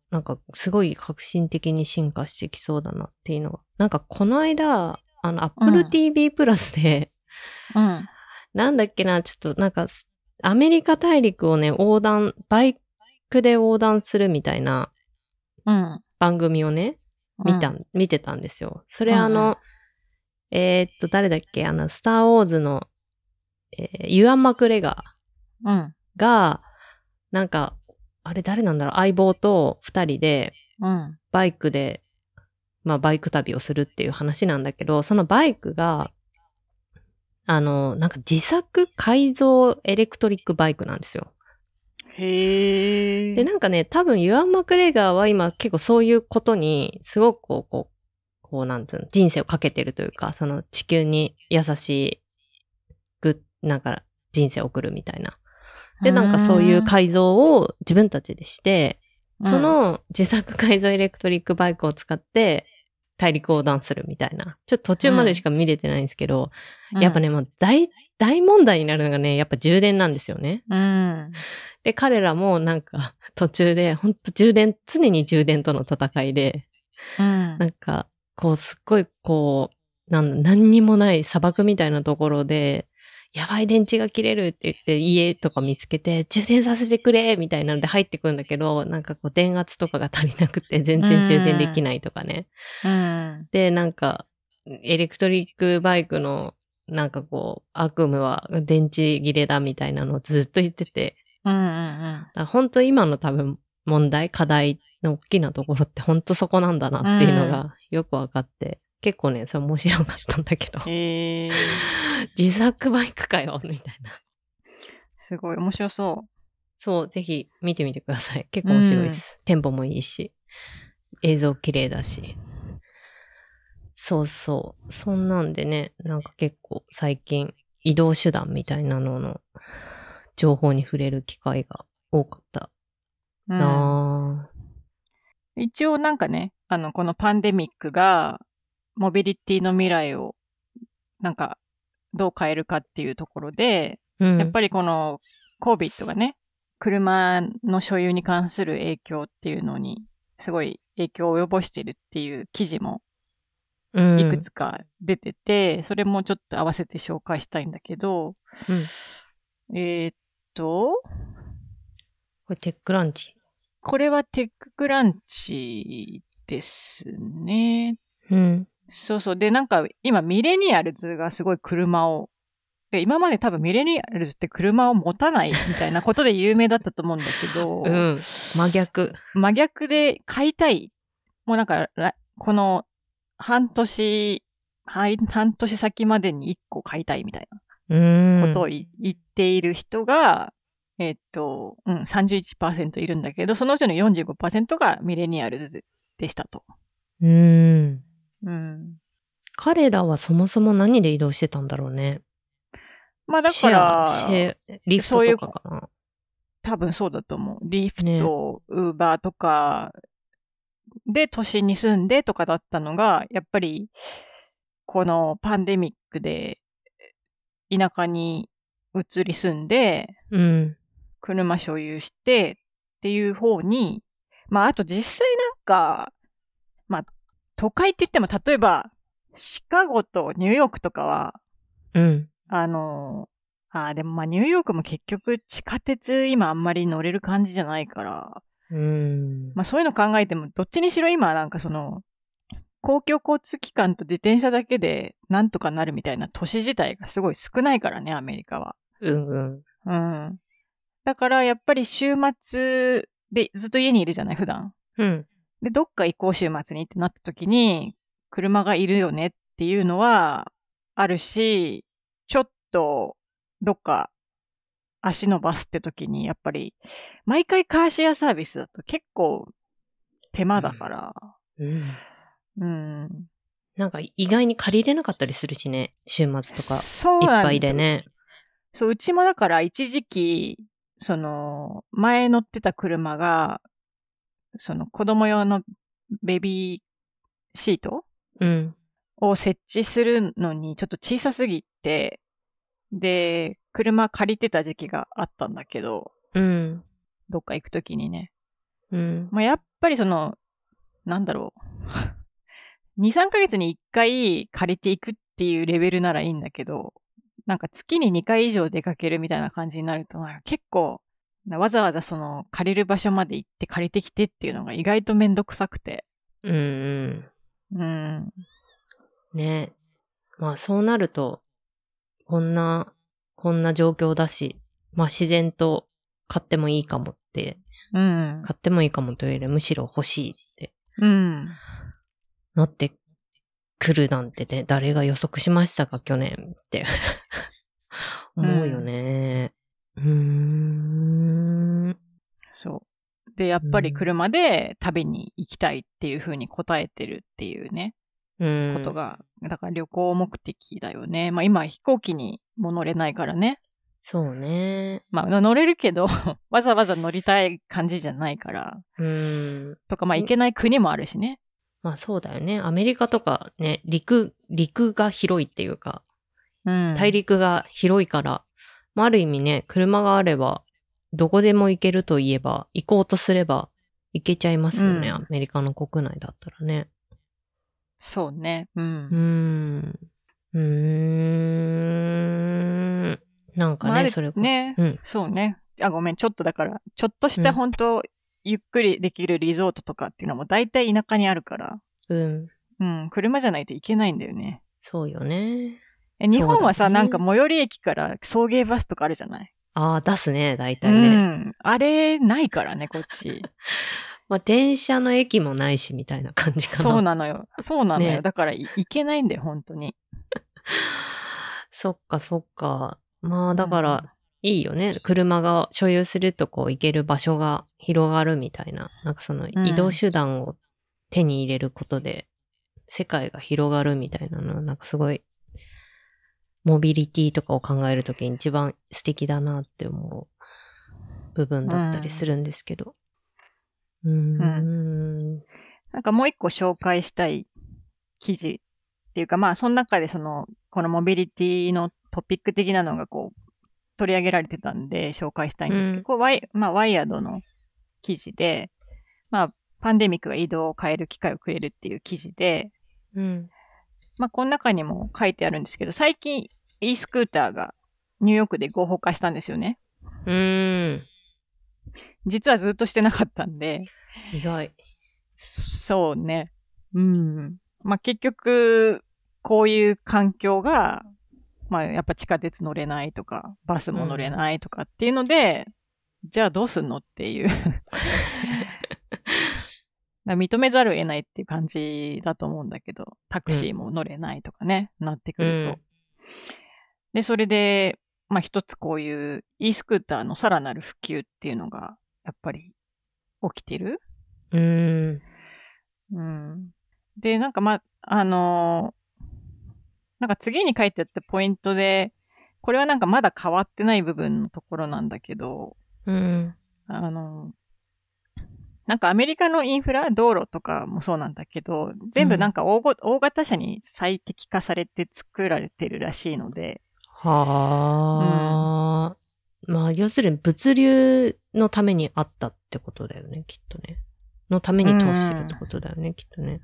なんかすごい革新的に進化してきそうだなっていうのが。なんかこの間、Apple TV プラスで、なんだっけな、ちょっとなんか、アメリカ大陸をね、バイクで横断するみたいな、番組をね、見てたんですよ。それ誰だっけ、スターウォーズの、ユアン・マクレガーが、なんか、あれ誰なんだろう、相棒と二人で、バイクで、まあバイク旅をするっていう話なんだけど、そのバイクが、なんか自作改造エレクトリックバイクなんですよ。 へー。 で、なんかね、多分ユアン・マクレガーは今結構そういうことに、すごくこうなんていうの、人生をかけてるというか、その地球に優しい、なんか人生を送るみたいな。で、なんかそういう改造を自分たちでして、その自作改造エレクトリックバイクを使って大陸横断するみたいな。ちょっと途中までしか見れてないんですけど、やっぱね、もう大問題になるのがね、やっぱ充電なんですよね。で、彼らもなんか途中で、ほんと常に充電との戦いで、なんか、こうすっごい何にもない砂漠みたいなところで、やばい電池が切れるって言って家とか見つけて充電させてくれみたいなので入ってくるんだけど、なんかこう電圧とかが足りなくて全然充電できないとかね。で、なんかエレクトリックバイクのなんかこう悪夢は電池切れだみたいなのをずっと言ってて。本当今の多分課題の大きなところって本当そこなんだなっていうのがよくわかって、結構ね、それ面白かったんだけど。自作バイクかよみたいな。 すごい面白そう。 そう、ぜひ見てみてください。結構面白いです。テンポもいいし、映像綺麗だし。そうそう。そんなんでね、なんか結構最近移動手段みたいなのの情報に触れる機会が多かったなぁ。 一応なんかね、このパンデミックがモビリティの未来をなんかどう変えるかっていうところで、やっぱりこの COVID がね、車の所有に関する影響っていうのにすごい影響を及ぼしているっていう記事もいくつか出てて、それもちょっと合わせて紹介したいんだけど、 これテックランチ。 これはテッククランチですね。そうそう。で、なんか今ミレニアルズがすごい車を、今まで多分ミレニアルズって車を持たないみたいなことで有名だったと思うんだけど、 真逆で買いたい。もうなんか、この半年先までに1個買いたいみたいなことを言っている人が、31% いるんだけど、そのうちの 45% がミレニアルズでしたと。 彼らはそもそも何で移動してたんだろうね。 まあだから、 リフトとかかな。 多分そうだと思う。リフト、ウーバーとかで都心に住んでとかだったのが、やっぱりこのパンデミックで田舎に移り住んで、車所有してっていう方に、まああと実際なんか、まあ都会って言っても例えばシカゴとニューヨークとかは、でもまあニューヨークも結局地下鉄今あんまり乗れる感じじゃないから、まあそういうの考えてもどっちにしろ今なんかその公共交通機関と自転車だけでなんとかなるみたいな都市自体がすごい少ないからね、アメリカは。だからやっぱり週末でずっと家にいるじゃない、普段。で、どっか行こう週末にってなった時に車がいるよねっていうのはあるし、ちょっとどっか足伸ばすって時にやっぱり毎回カーシェアサービスだと結構手間だから。 なんか意外に借りれなかったりするしね、週末とか。 そういっぱいでね。 そう、うちもだから一時期、その、前乗ってた車が、その子供用のベビーシートを設置するのにちょっと小さすぎて、で、車借りてた時期があったんだけど、どっか行くときにね。まあ、やっぱりなんだろう。2、3ヶ月に1回借りていくっていうレベルならいいんだけど、なんか月に2回以上出かけるみたいな感じになると、結構、わざわざ借りる場所まで行って借りてきてっていうのが意外とめんどくさくて。 うんうん。ね。まあそうなると、こんな状況だし、まあ自然と買ってもいいかもって、買ってもいいかもというよりむしろ欲しいって、なってくるなんてね、誰が予測しましたか去年って思うよね。 そう。で、やっぱり車で旅に行きたいっていう風に答えてるっていうね、ことが、だから旅行目的だよね。まあ今飛行機にも乗れないからね。 そうね。 まあ乗れるけど、わざわざ乗りたい感じじゃないから。とか、まあ行けない国もあるしね。 まあそうだよね。アメリカとかね、陸が広いっていうか、大陸が広いから、まあ、ある意味ね、車があれば、どこでも行けるといえば、行こうとすれば行けちゃいますよね。アメリカの国内だったらね。 そうね。 なんかね、それね、そうね。ごめん、ちょっとだから、ちょっとした本当、ゆっくりできるリゾートとかっていうのも大体田舎にあるから。車じゃないといけないんだよね。 そうよね。 日本はさ、なんか最寄り駅から送迎バスとかあるじゃない？ ああ、出すね、大体ね。 あれ、ないからね、こっち。 まあ、電車の駅もないし、みたいな感じかな。 そうなのよ。ね、だから、行けないんだよ、本当に。 そっか。まあ、だから、いいよね。車が所有すると行ける場所が広がるみたいな。なんか移動手段を手に入れることで、世界が広がるみたいなのは、なんかすごい、モビリティとかを考えるときに一番素敵だなって思う部分だったりするんですけど。 なんかもう一個紹介したい記事っていうか、まあ、その中でこのモビリティのトピック的なのが取り上げられてたんで紹介したいんですけど、ワイヤードの記事で、まあ、パンデミックが移動を変える機会をくれるっていう記事で、まあ、この中にも書いてあるんですけど、最近 e スクーターがニューヨークで合法化したんですよね。実はずっとしてなかったんで。 意外。 そうね。まあ、結局、こういう環境が、まあ、やっぱ地下鉄乗れないとか、バスも乗れないとかっていうので、じゃあどうすんのっていう。認めざるを得ないっていう感じだと思うんだけど、タクシーも乗れないとかね、なってくると。で、それで、まあ一つこういう e スクーターのさらなる普及っていうのが、やっぱり起きてる。で、なんかなんか次に書いてあったポイントで、これはなんかまだ変わってない部分のところなんだけど、なんかアメリカのインフラ、道路とかもそうなんだけど、全部なんか大型車に最適化されて作られてるらしいので。 まあ、要するに物流のためにあったってことだよね、きっとね。のために通してるってことだよね、きっとね。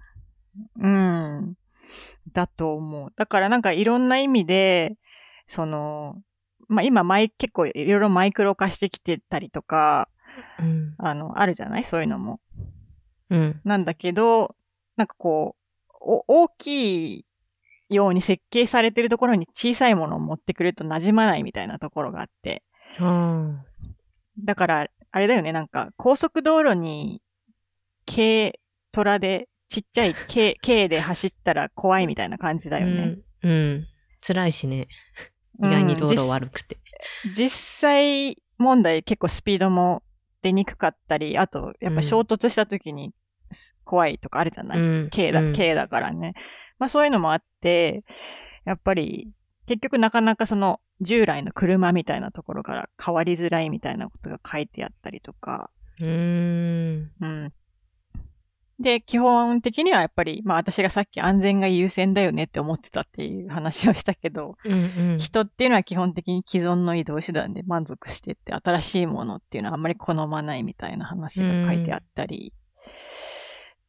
だと思う。だからなんかいろんな意味で、まあ今結構いろいろマイクロ化してきてたりとか、あるじゃない？そういうのも。なんだけど、なんか大きいように設計されてるところに小さいものを持ってくると馴染まないみたいなところがあって。だから、あれだよね、なんか高速道路に軽トラでちっちゃい軽で走ったら怖いみたいな感じだよね。 辛いしね。意外に道路悪くて。 実際問題結構スピードも出にくかったり、あとやっぱ衝突した時に怖いとかあるじゃない？軽だからね。まあそういうのもあって、やっぱり結局なかなか従来の車みたいなところから変わりづらいみたいなことが書いてあったりとか。で、基本的にはやっぱり、まあ私がさっき安全が優先だよねって思ってたっていう話をしたけど、人っていうのは基本的に既存の移動手段で満足してって新しいものっていうのはあんまり好まないみたいな話が書いてあったり、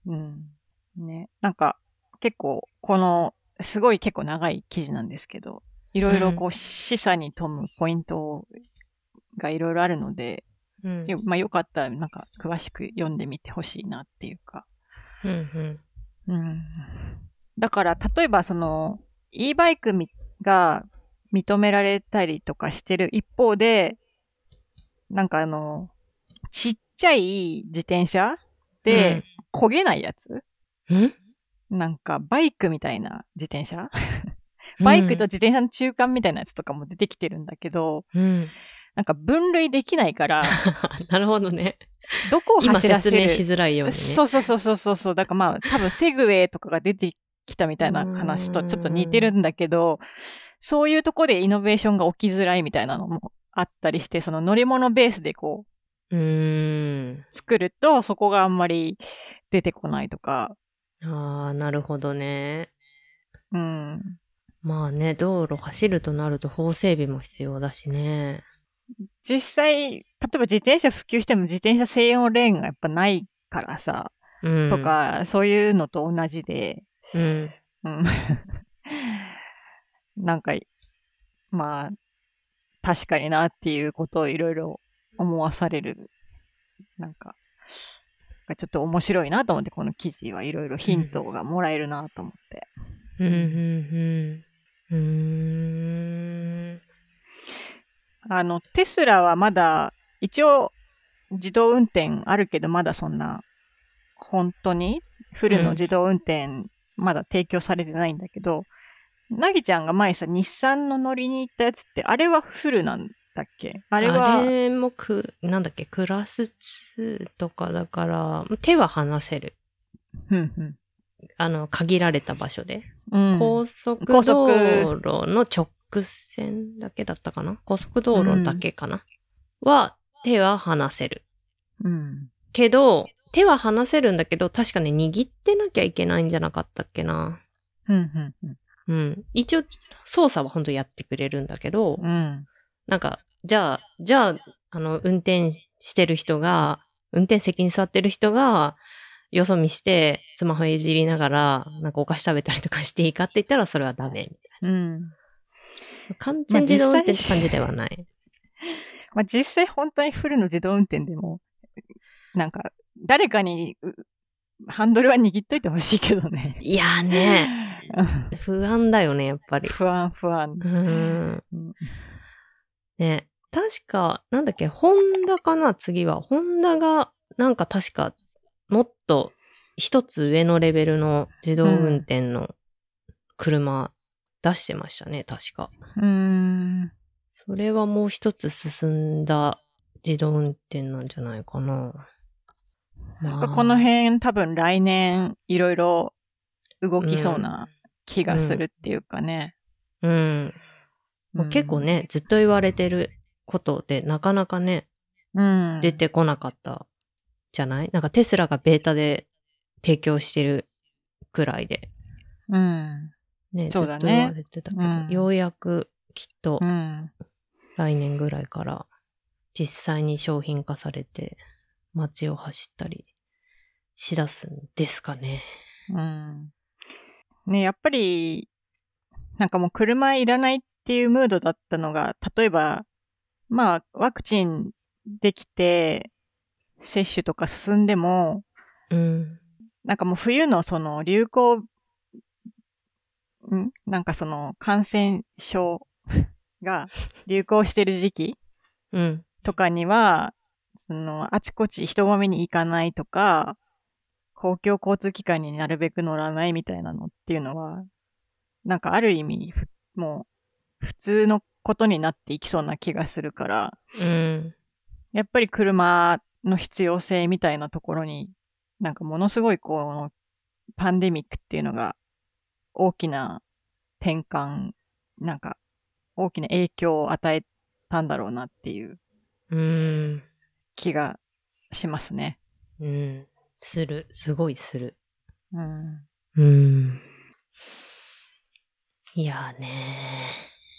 うん。ね。なんか、結構、すごい結構長い記事なんですけど、いろいろこう、示唆に富むポイントがいろいろあるので、まあよかったらなんか詳しく読んでみてほしいなっていうか。だから、例えばe バイクが認められたりとかしてる一方で、なんかちっちゃい自転車で焦げないやつ、なんかバイクみたいな自転車バイクと自転車の中間みたいなやつとかも出てきてるんだけど、なんか分類できないから。 なるほどね。 どこを走らせる。 今説明しづらいようにね。 そう。だからまあ多分セグウェイとかが出てきたみたいな話とちょっと似てるんだけど、そういうとこでイノベーションが起きづらいみたいなのもあったりして、その乗り物ベースでこう、作るとそこがあんまり出てこないとか。 ああ、なるほどね。まあね、道路走るとなると法整備も必要だしね。 実際、例えば自転車普及しても自転車専用レーンがやっぱないからさ、とか、そういうのと同じで、なんか、まあ、確かになっていうことをいろいろ思わされる、なんか、ちょっと面白いなと思って、この記事はいろいろヒントがもらえるなと思って。テスラはまだ、一応、自動運転あるけど、まだそんな、本当にフルの自動運転、まだ提供されてないんだけど、なぎちゃんが前さ、日産の乗りに行ったやつって、あれはフルなんだっけ？あれもなんだっけ、クラス2とかだから、手は離せる。限られた場所で。高速道路の直線だけだったかな？高速道路だけかな？手は離せる。けど、手は離せるんだけど、確かね、握ってなきゃいけないんじゃなかったっけな。一応、操作は本当やってくれるんだけど、なんか、じゃあ、運転してる人が、運転席に座ってる人が、よそ見して、スマホいじりながら、なんかお菓子食べたりとかしていいかって言ったら、それはダメ。完全自動運転って感じではない。 まあ実際本当にフルの自動運転でも、なんか、誰かにハンドルは握っといてほしいけどね。 いやーね。不安だよね、やっぱり。 不安。 ね。確か、なんだっけ、ホンダかな、次は。ホンダが、なんか確か、もっと一つ上のレベルの自動運転の車出してましたね、確か。それはもう一つ進んだ自動運転なんじゃないかな。 この辺多分来年いろいろ動きそうな気がするっていうかね。 結構ね、ずっと言われてることでなかなかね、出てこなかったじゃない？なんかテスラがベータで提供してるくらいで。ね、 そうだね。 ずっと言われてたけど、ようやくきっと来年ぐらいから実際に商品化されて街を走ったりしだすんですかね。 ね、やっぱりなんかもう車いらないっていうムードだったのが、例えばまあワクチンできて接種とか進んでも、なんかもう冬のその流行、なんかその感染症が流行してる時期とかには、そのあちこち人混みに行かないとか、公共交通機関になるべく乗らないみたいなのっていうのは、なんかある意味もう普通のことになっていきそうな気がするから、やっぱり車の必要性みたいなところに、なんかものすごいこのパンデミックっていうのが大きな転換、なんか大きな影響を与えたんだろうなっていう気がしますね。 すごいする。いやーね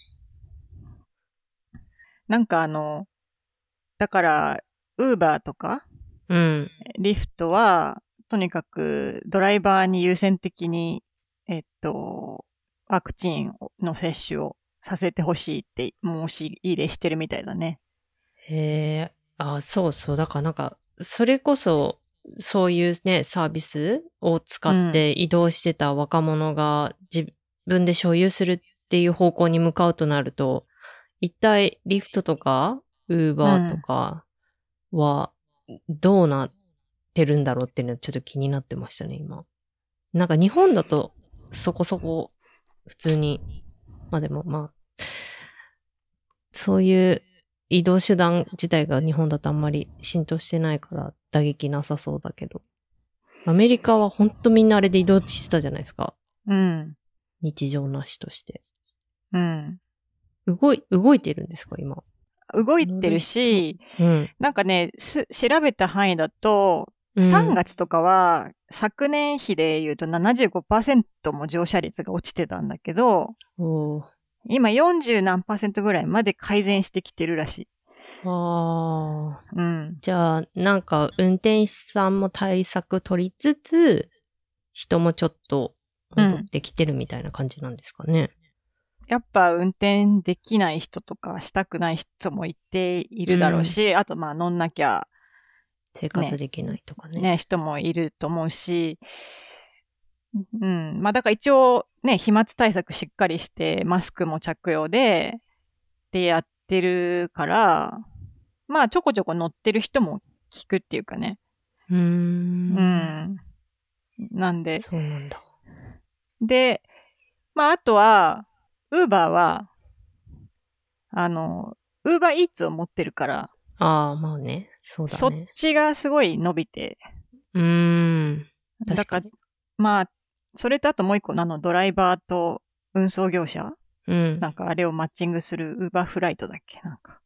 ー。なんかだから、ウーバーとか、リフトは、 とにかくドライバーに優先的に、ワクチンの接種をさせてほしいって申し入れしてるみたいだね。 へえ、そうそう。だからなんか、それこそ、そういうね、サービスを使って移動してた若者が自分で所有するっていう方向に向かうとなると、一体リフトとか、ウーバーとかはどうなってるんだろうっていうのはちょっと気になってましたね、今。なんか日本だとそこそこ普通に、まあでもまあ、そういう移動手段自体が日本だとあんまり浸透してないから打撃なさそうだけど。アメリカはほんとみんなあれで移動してたじゃないですか。 うん。 日常なしとして。 うん。 動いてるんですか、今。 動いてるし、なんかね、調べた範囲だと、3月とかは昨年比で言うと 75% も乗車率が落ちてたんだけど、今40何%ぐらいまで改善してきてるらしい。 じゃあ、なんか運転手さんも対策取りつつ、人もちょっと戻ってきてるみたいな感じなんですかね。 やっぱ運転できない人とかしたくない人もいているだろうし、あとまあ乗んなきゃ、 生活できないとかね。 ね、人もいると思うし、まあだから一応ね、飛沫対策しっかりして、マスクも着用でやってるから、まあちょこちょこ乗ってる人も聞くっていうかね。なんで。 そうなんだ。 で、まああとは、ウーバーは、ウーバーイーツを持ってるから。 まあね。そうだね。 そっちがすごい伸びて。 確かに。 まあ、それとあともう一個ドライバーと運送業者、なんかあれをマッチングするウーバーフライトだっけなんか。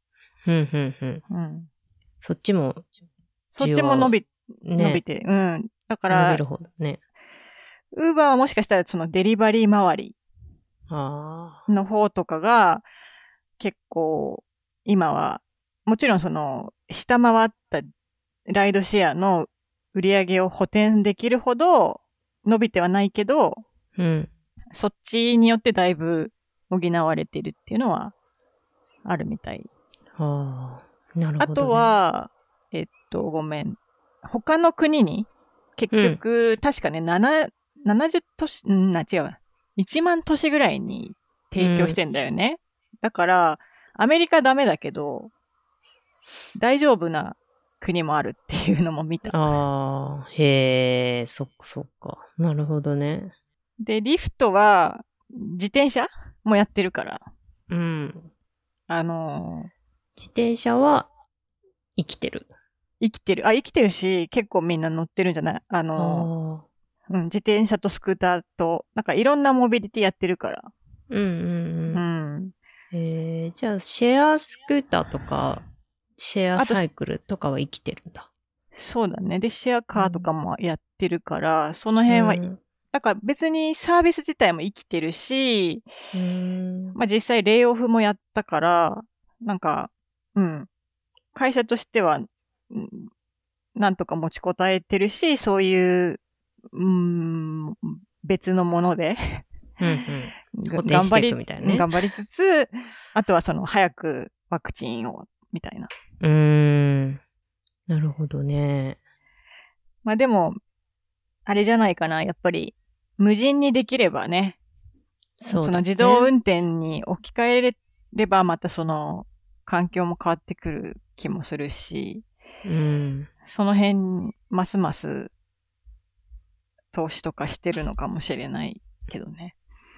そっちも伸びて、だから、 伸びる方だね。 ウーバーはもしかしたらそのデリバリー周りの方とかが結構今は、もちろんその下回ったライドシェアの売り上げを補填できるほど伸びてはないけど、そっちによってだいぶ補われてるっていうのはあるみたい。 なるほど、ね。 あとは、ごめん。他の国に結局、確かね、70都市、違う。1万都市ぐらいに提供してんだよね。だから、アメリカダメだけど、大丈夫な国もあるっていうのも見た。 へえ、そっかそっか。なるほどね。 で、リフトは、自転車もやってるから。 自転車は生きてる。 生きてるし、結構みんな乗ってるんじゃない？自転車とスクーターと、なんかいろんなモビリティやってるから。 じゃあ、シェアスクーターとか、シェアサイクルとかは生きてるんだ。 そうだね。で、シェアカーとかもやってるから、その辺は、だから別にサービス自体も生きてるし、まあ実際レイオフもやったから、なんか、会社としては、なんとか持ちこたえてるし、そういう、別のもので頑張りつつ、あとはその早くワクチンを、みたいな。 なるほどね。 まあでも、あれじゃないかな。やっぱり、無人にできればね。その自動運転に置き換えれば、またその、環境も変わってくる気もするし、その辺、ますます投資とかしてるのかもしれないけどね。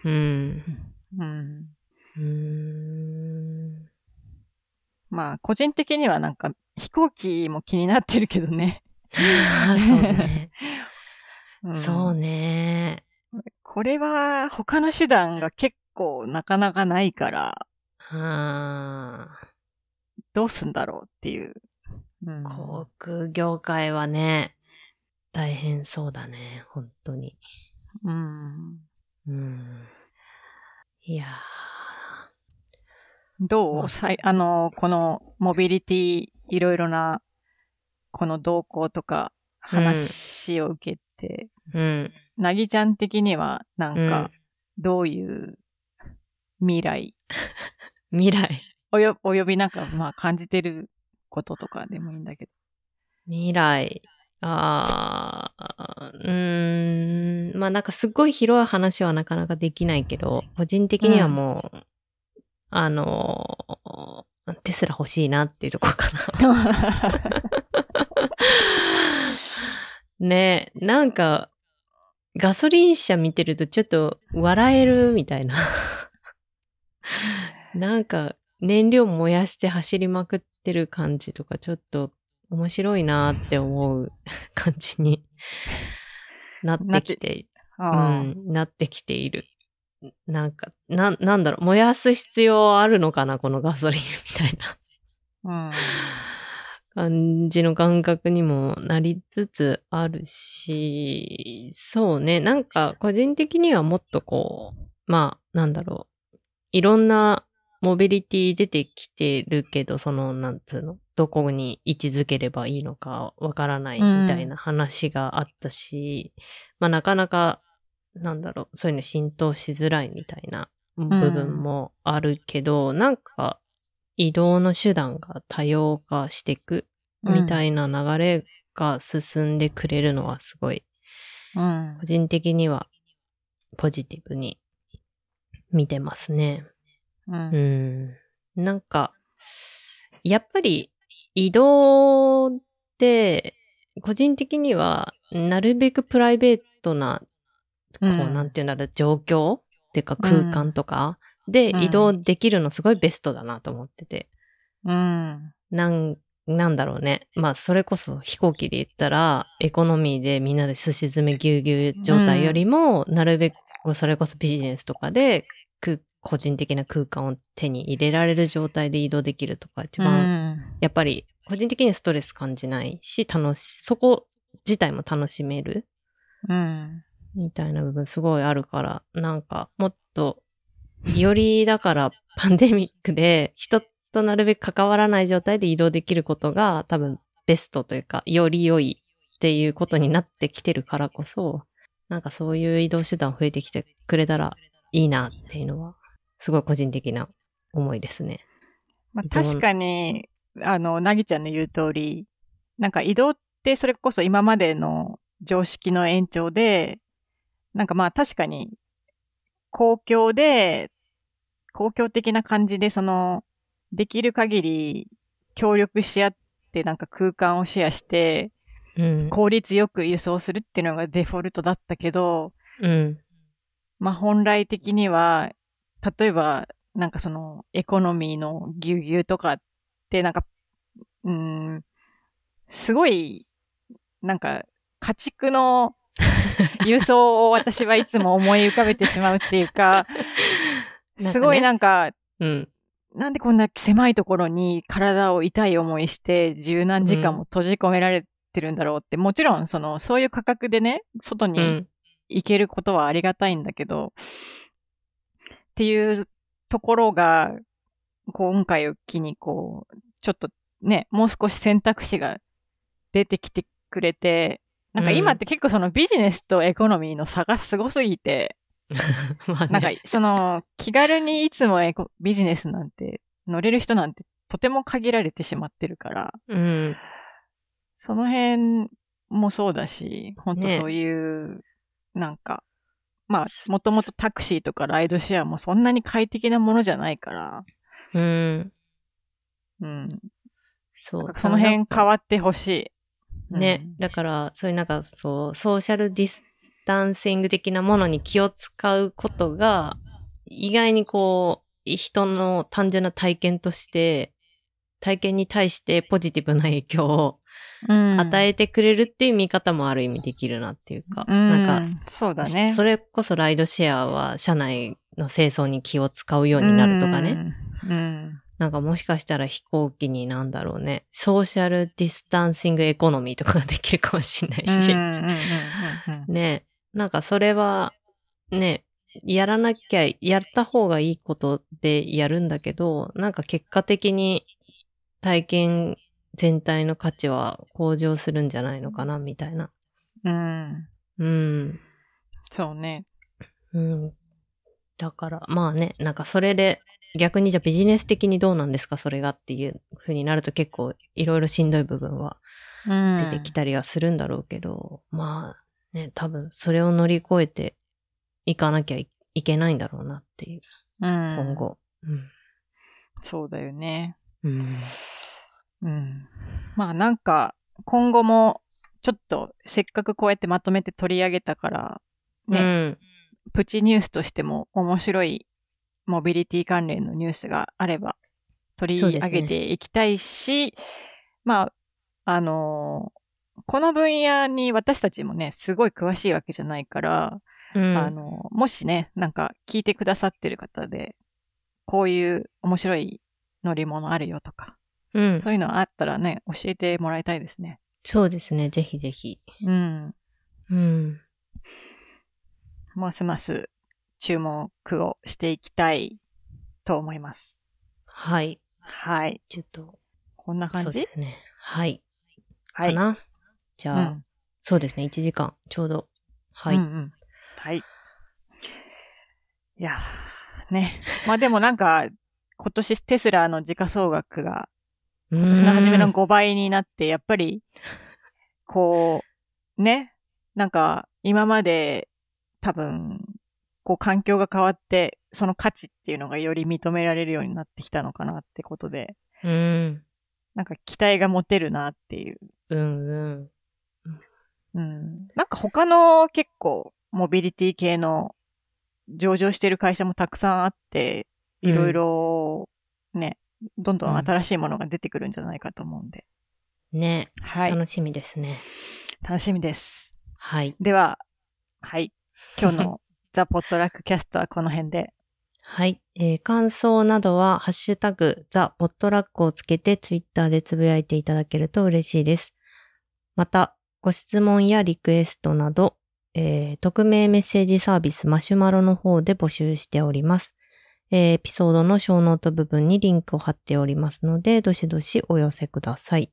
まあ、個人的にはなんか飛行機も気になってるけどね。 そうね。そうね。 これは他の手段が結構なかなかないから、どうすんだろうっていう。 航空業界はね、大変そうだね、本当に。いやどう？このモビリティ、いろいろな、この動向とか話を受けて、 うん。 なぎちゃん的にはなんか、どういう未来、 未来。 およびなんかまあ感じてることとかでもいいんだけど。 未来。まあなんかすごい広い話はなかなかできないけど、個人的にはもう、テスラ欲しいなっていうところかな。ねえ、なんか、ガソリン車見てるとちょっと笑えるみたいな。なんか、燃料燃やして走りまくってる感じとかちょっと面白いなって思う感じになってきて、なってきている。なんか、なんだろう、燃やす必要あるのかな、このガソリンみたいな。感じの感覚にもなりつつあるし、そうね、なんか個人的にはもっとこう、まあ、なんだろう、いろんなモビリティ出てきてるけど、その、なんつうの、どこに位置づければいいのかわからないみたいな話があったし、まあなかなか、なんだろう、そういうの浸透しづらいみたいな部分もあるけど、なんか移動の手段が多様化していくみたいな流れが進んでくれるのはすごい、個人的にはポジティブに見てますね。なんか、やっぱり移動って、個人的にはなるべくプライベートな、こう、なんていうんだろう、状況っていうか空間とかで移動できるのすごいベストだなと思ってて。なんだろうね。まあ、それこそ飛行機で言ったら、エコノミーでみんなで寿司詰めぎゅうぎゅう状態よりも、なるべくそれこそビジネスとかで、個人的な空間を手に入れられる状態で移動できるとか一番、やっぱり個人的にストレス感じないし、そこ自体も楽しめる。みたいな部分すごいあるから、なんかもっと、よりだからパンデミックで人となるべく関わらない状態で移動できることが多分ベストというか、より良いっていうことになってきてるからこそ、なんかそういう移動手段増えてきてくれたらいいなっていうのは、すごい個人的な思いですね。 まあ、確かに、なぎちゃんの言う通り、なんか移動ってそれこそ今までの常識の延長で、なんかまあ確かに公共的な感じでできる限り協力し合ってなんか空間をシェアして、効率よく輸送するっていうのがデフォルトだったけど、まあ本来的には、例えばなんかエコノミーのぎゅうぎゅうとかってなんか、すごい、なんか家畜の輸送を私はいつも思い浮かべてしまうっていうか、すごいなんか、なんでこんな狭いところに体を痛い思いして十何時間も閉じ込められてるんだろうって、もちろんそういう価格でね、外に行けることはありがたいんだけど、っていうところが、今回を機にちょっとね、もう少し選択肢が出てきてくれて、なんか今って結構ビジネスとエコノミーの差がすごすぎて、 まあね、 なんか気軽にいつもビジネスなんて乗れる人なんてとても限られてしまってるから、その辺もそうだし、本当そういう、なんか、まあ、もともとタクシーとかライドシェアもそんなに快適なものじゃないから、そう。その辺変わってほしい。 ね、だから、そういうなんかソーシャルディスタンシング的なものに気を使うことが、意外に人の単純な体験に対してポジティブな影響を与えてくれるっていう見方もある意味できるなっていうか、なんか、 そうだね。 それこそライドシェアは車内の清掃に気を使うようになるとかね。なんかもしかしたら飛行機になんだろうね、ソーシャルディスタンシングエコノミーとかができるかもしれないし。ね、なんかそれはね、やった方がいいことでやるんだけど、なんか結果的に体験全体の価値は向上するんじゃないのかな、みたいな。 うん。 うん。 そうね。 うん。だから、まあね、なんかそれで、逆にじゃあビジネス的にどうなんですか、それがっていう風になると結構いろいろしんどい部分は出てきたりはするんだろうけど、まあね、多分それを乗り越えていかなきゃいけないんだろうなっていう、今後。 そうだよね。 うんまあなんか今後もちょっとせっかくこうやってまとめて取り上げたからね、プチニュースとしても面白いモビリティ関連のニュースがあれば取り上げていきたいし、まあこの分野に私たちもねすごい詳しいわけじゃないから、もしねなんか聞いてくださってる方でこういう面白い乗り物あるよとか、そういうのあったらね、教えてもらいたいですね。 そうですね、ぜひぜひ。 ますます注目をしていきたいと思います。 はい。 はい。 ちょっと。 こんな感じ？ そうですね。はい。 はい。 かな？じゃあ、そうですね、1時間ちょうど。はい。 はい。いやね。まあでもなんか、今年テスラの時価総額が今年の初めの5倍になって、やっぱり、こう、ね、なんか今まで多分、こう環境が変わって、その価値っていうのがより認められるようになってきたのかなってことで、なんか期待が持てるなっていう。なんか他の結構モビリティ系の上場してる会社もたくさんあって、いろいろね、どんどん新しいものが出てくるんじゃないかと思うんで。 ね、はい。楽しみですね。 楽しみです。 はい。 では、はい。今日のザ・ポットラックキャストはこの辺で。 はい。感想などは、ハッシュタグ、ザ・ポットラックをつけてツイッターでつぶやいていただけると嬉しいです。また、ご質問やリクエストなど、匿名メッセージサービスマシュマロの方で募集しております。エピソードのショーノート部分にリンクを貼っておりますので、どしどしお寄せください。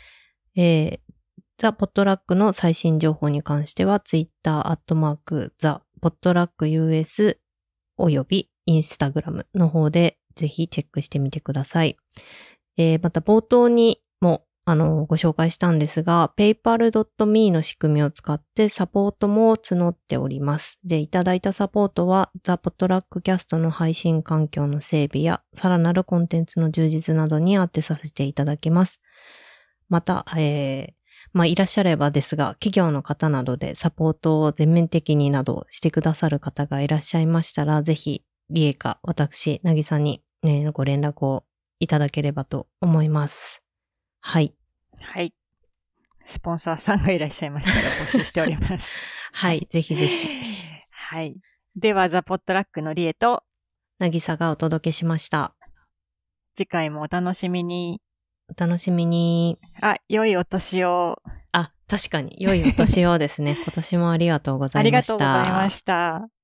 ザ・ポットラックの最新情報に関しては、Twitter、ザ・ポットラック US およびインスタグラムの方でぜひチェックしてみてください。また冒頭にもご紹介したんですが、paypal.me の仕組みを使ってサポートも募っております。で、いただいたサポートはザ・ポットラックキャストの配信環境の整備やさらなるコンテンツの充実などに当てさせていただきます。また、いらっしゃればですが、企業の方などでサポートを全面的になどしてくださる方がいらっしゃいましたら、ぜひ、リエか私、なぎさに、ご連絡をいただければと思います。はい。 はい。スポンサーさんがいらっしゃいましたら募集しております。 はい、ぜひぜひ。 はい。では、ザ・ポットラックのリエと、 なぎさがお届けしました。 次回もお楽しみに。 お楽しみに。 良いお年を。 確かに、良いお年をですね。今年もありがとうございました。 ありがとうございました。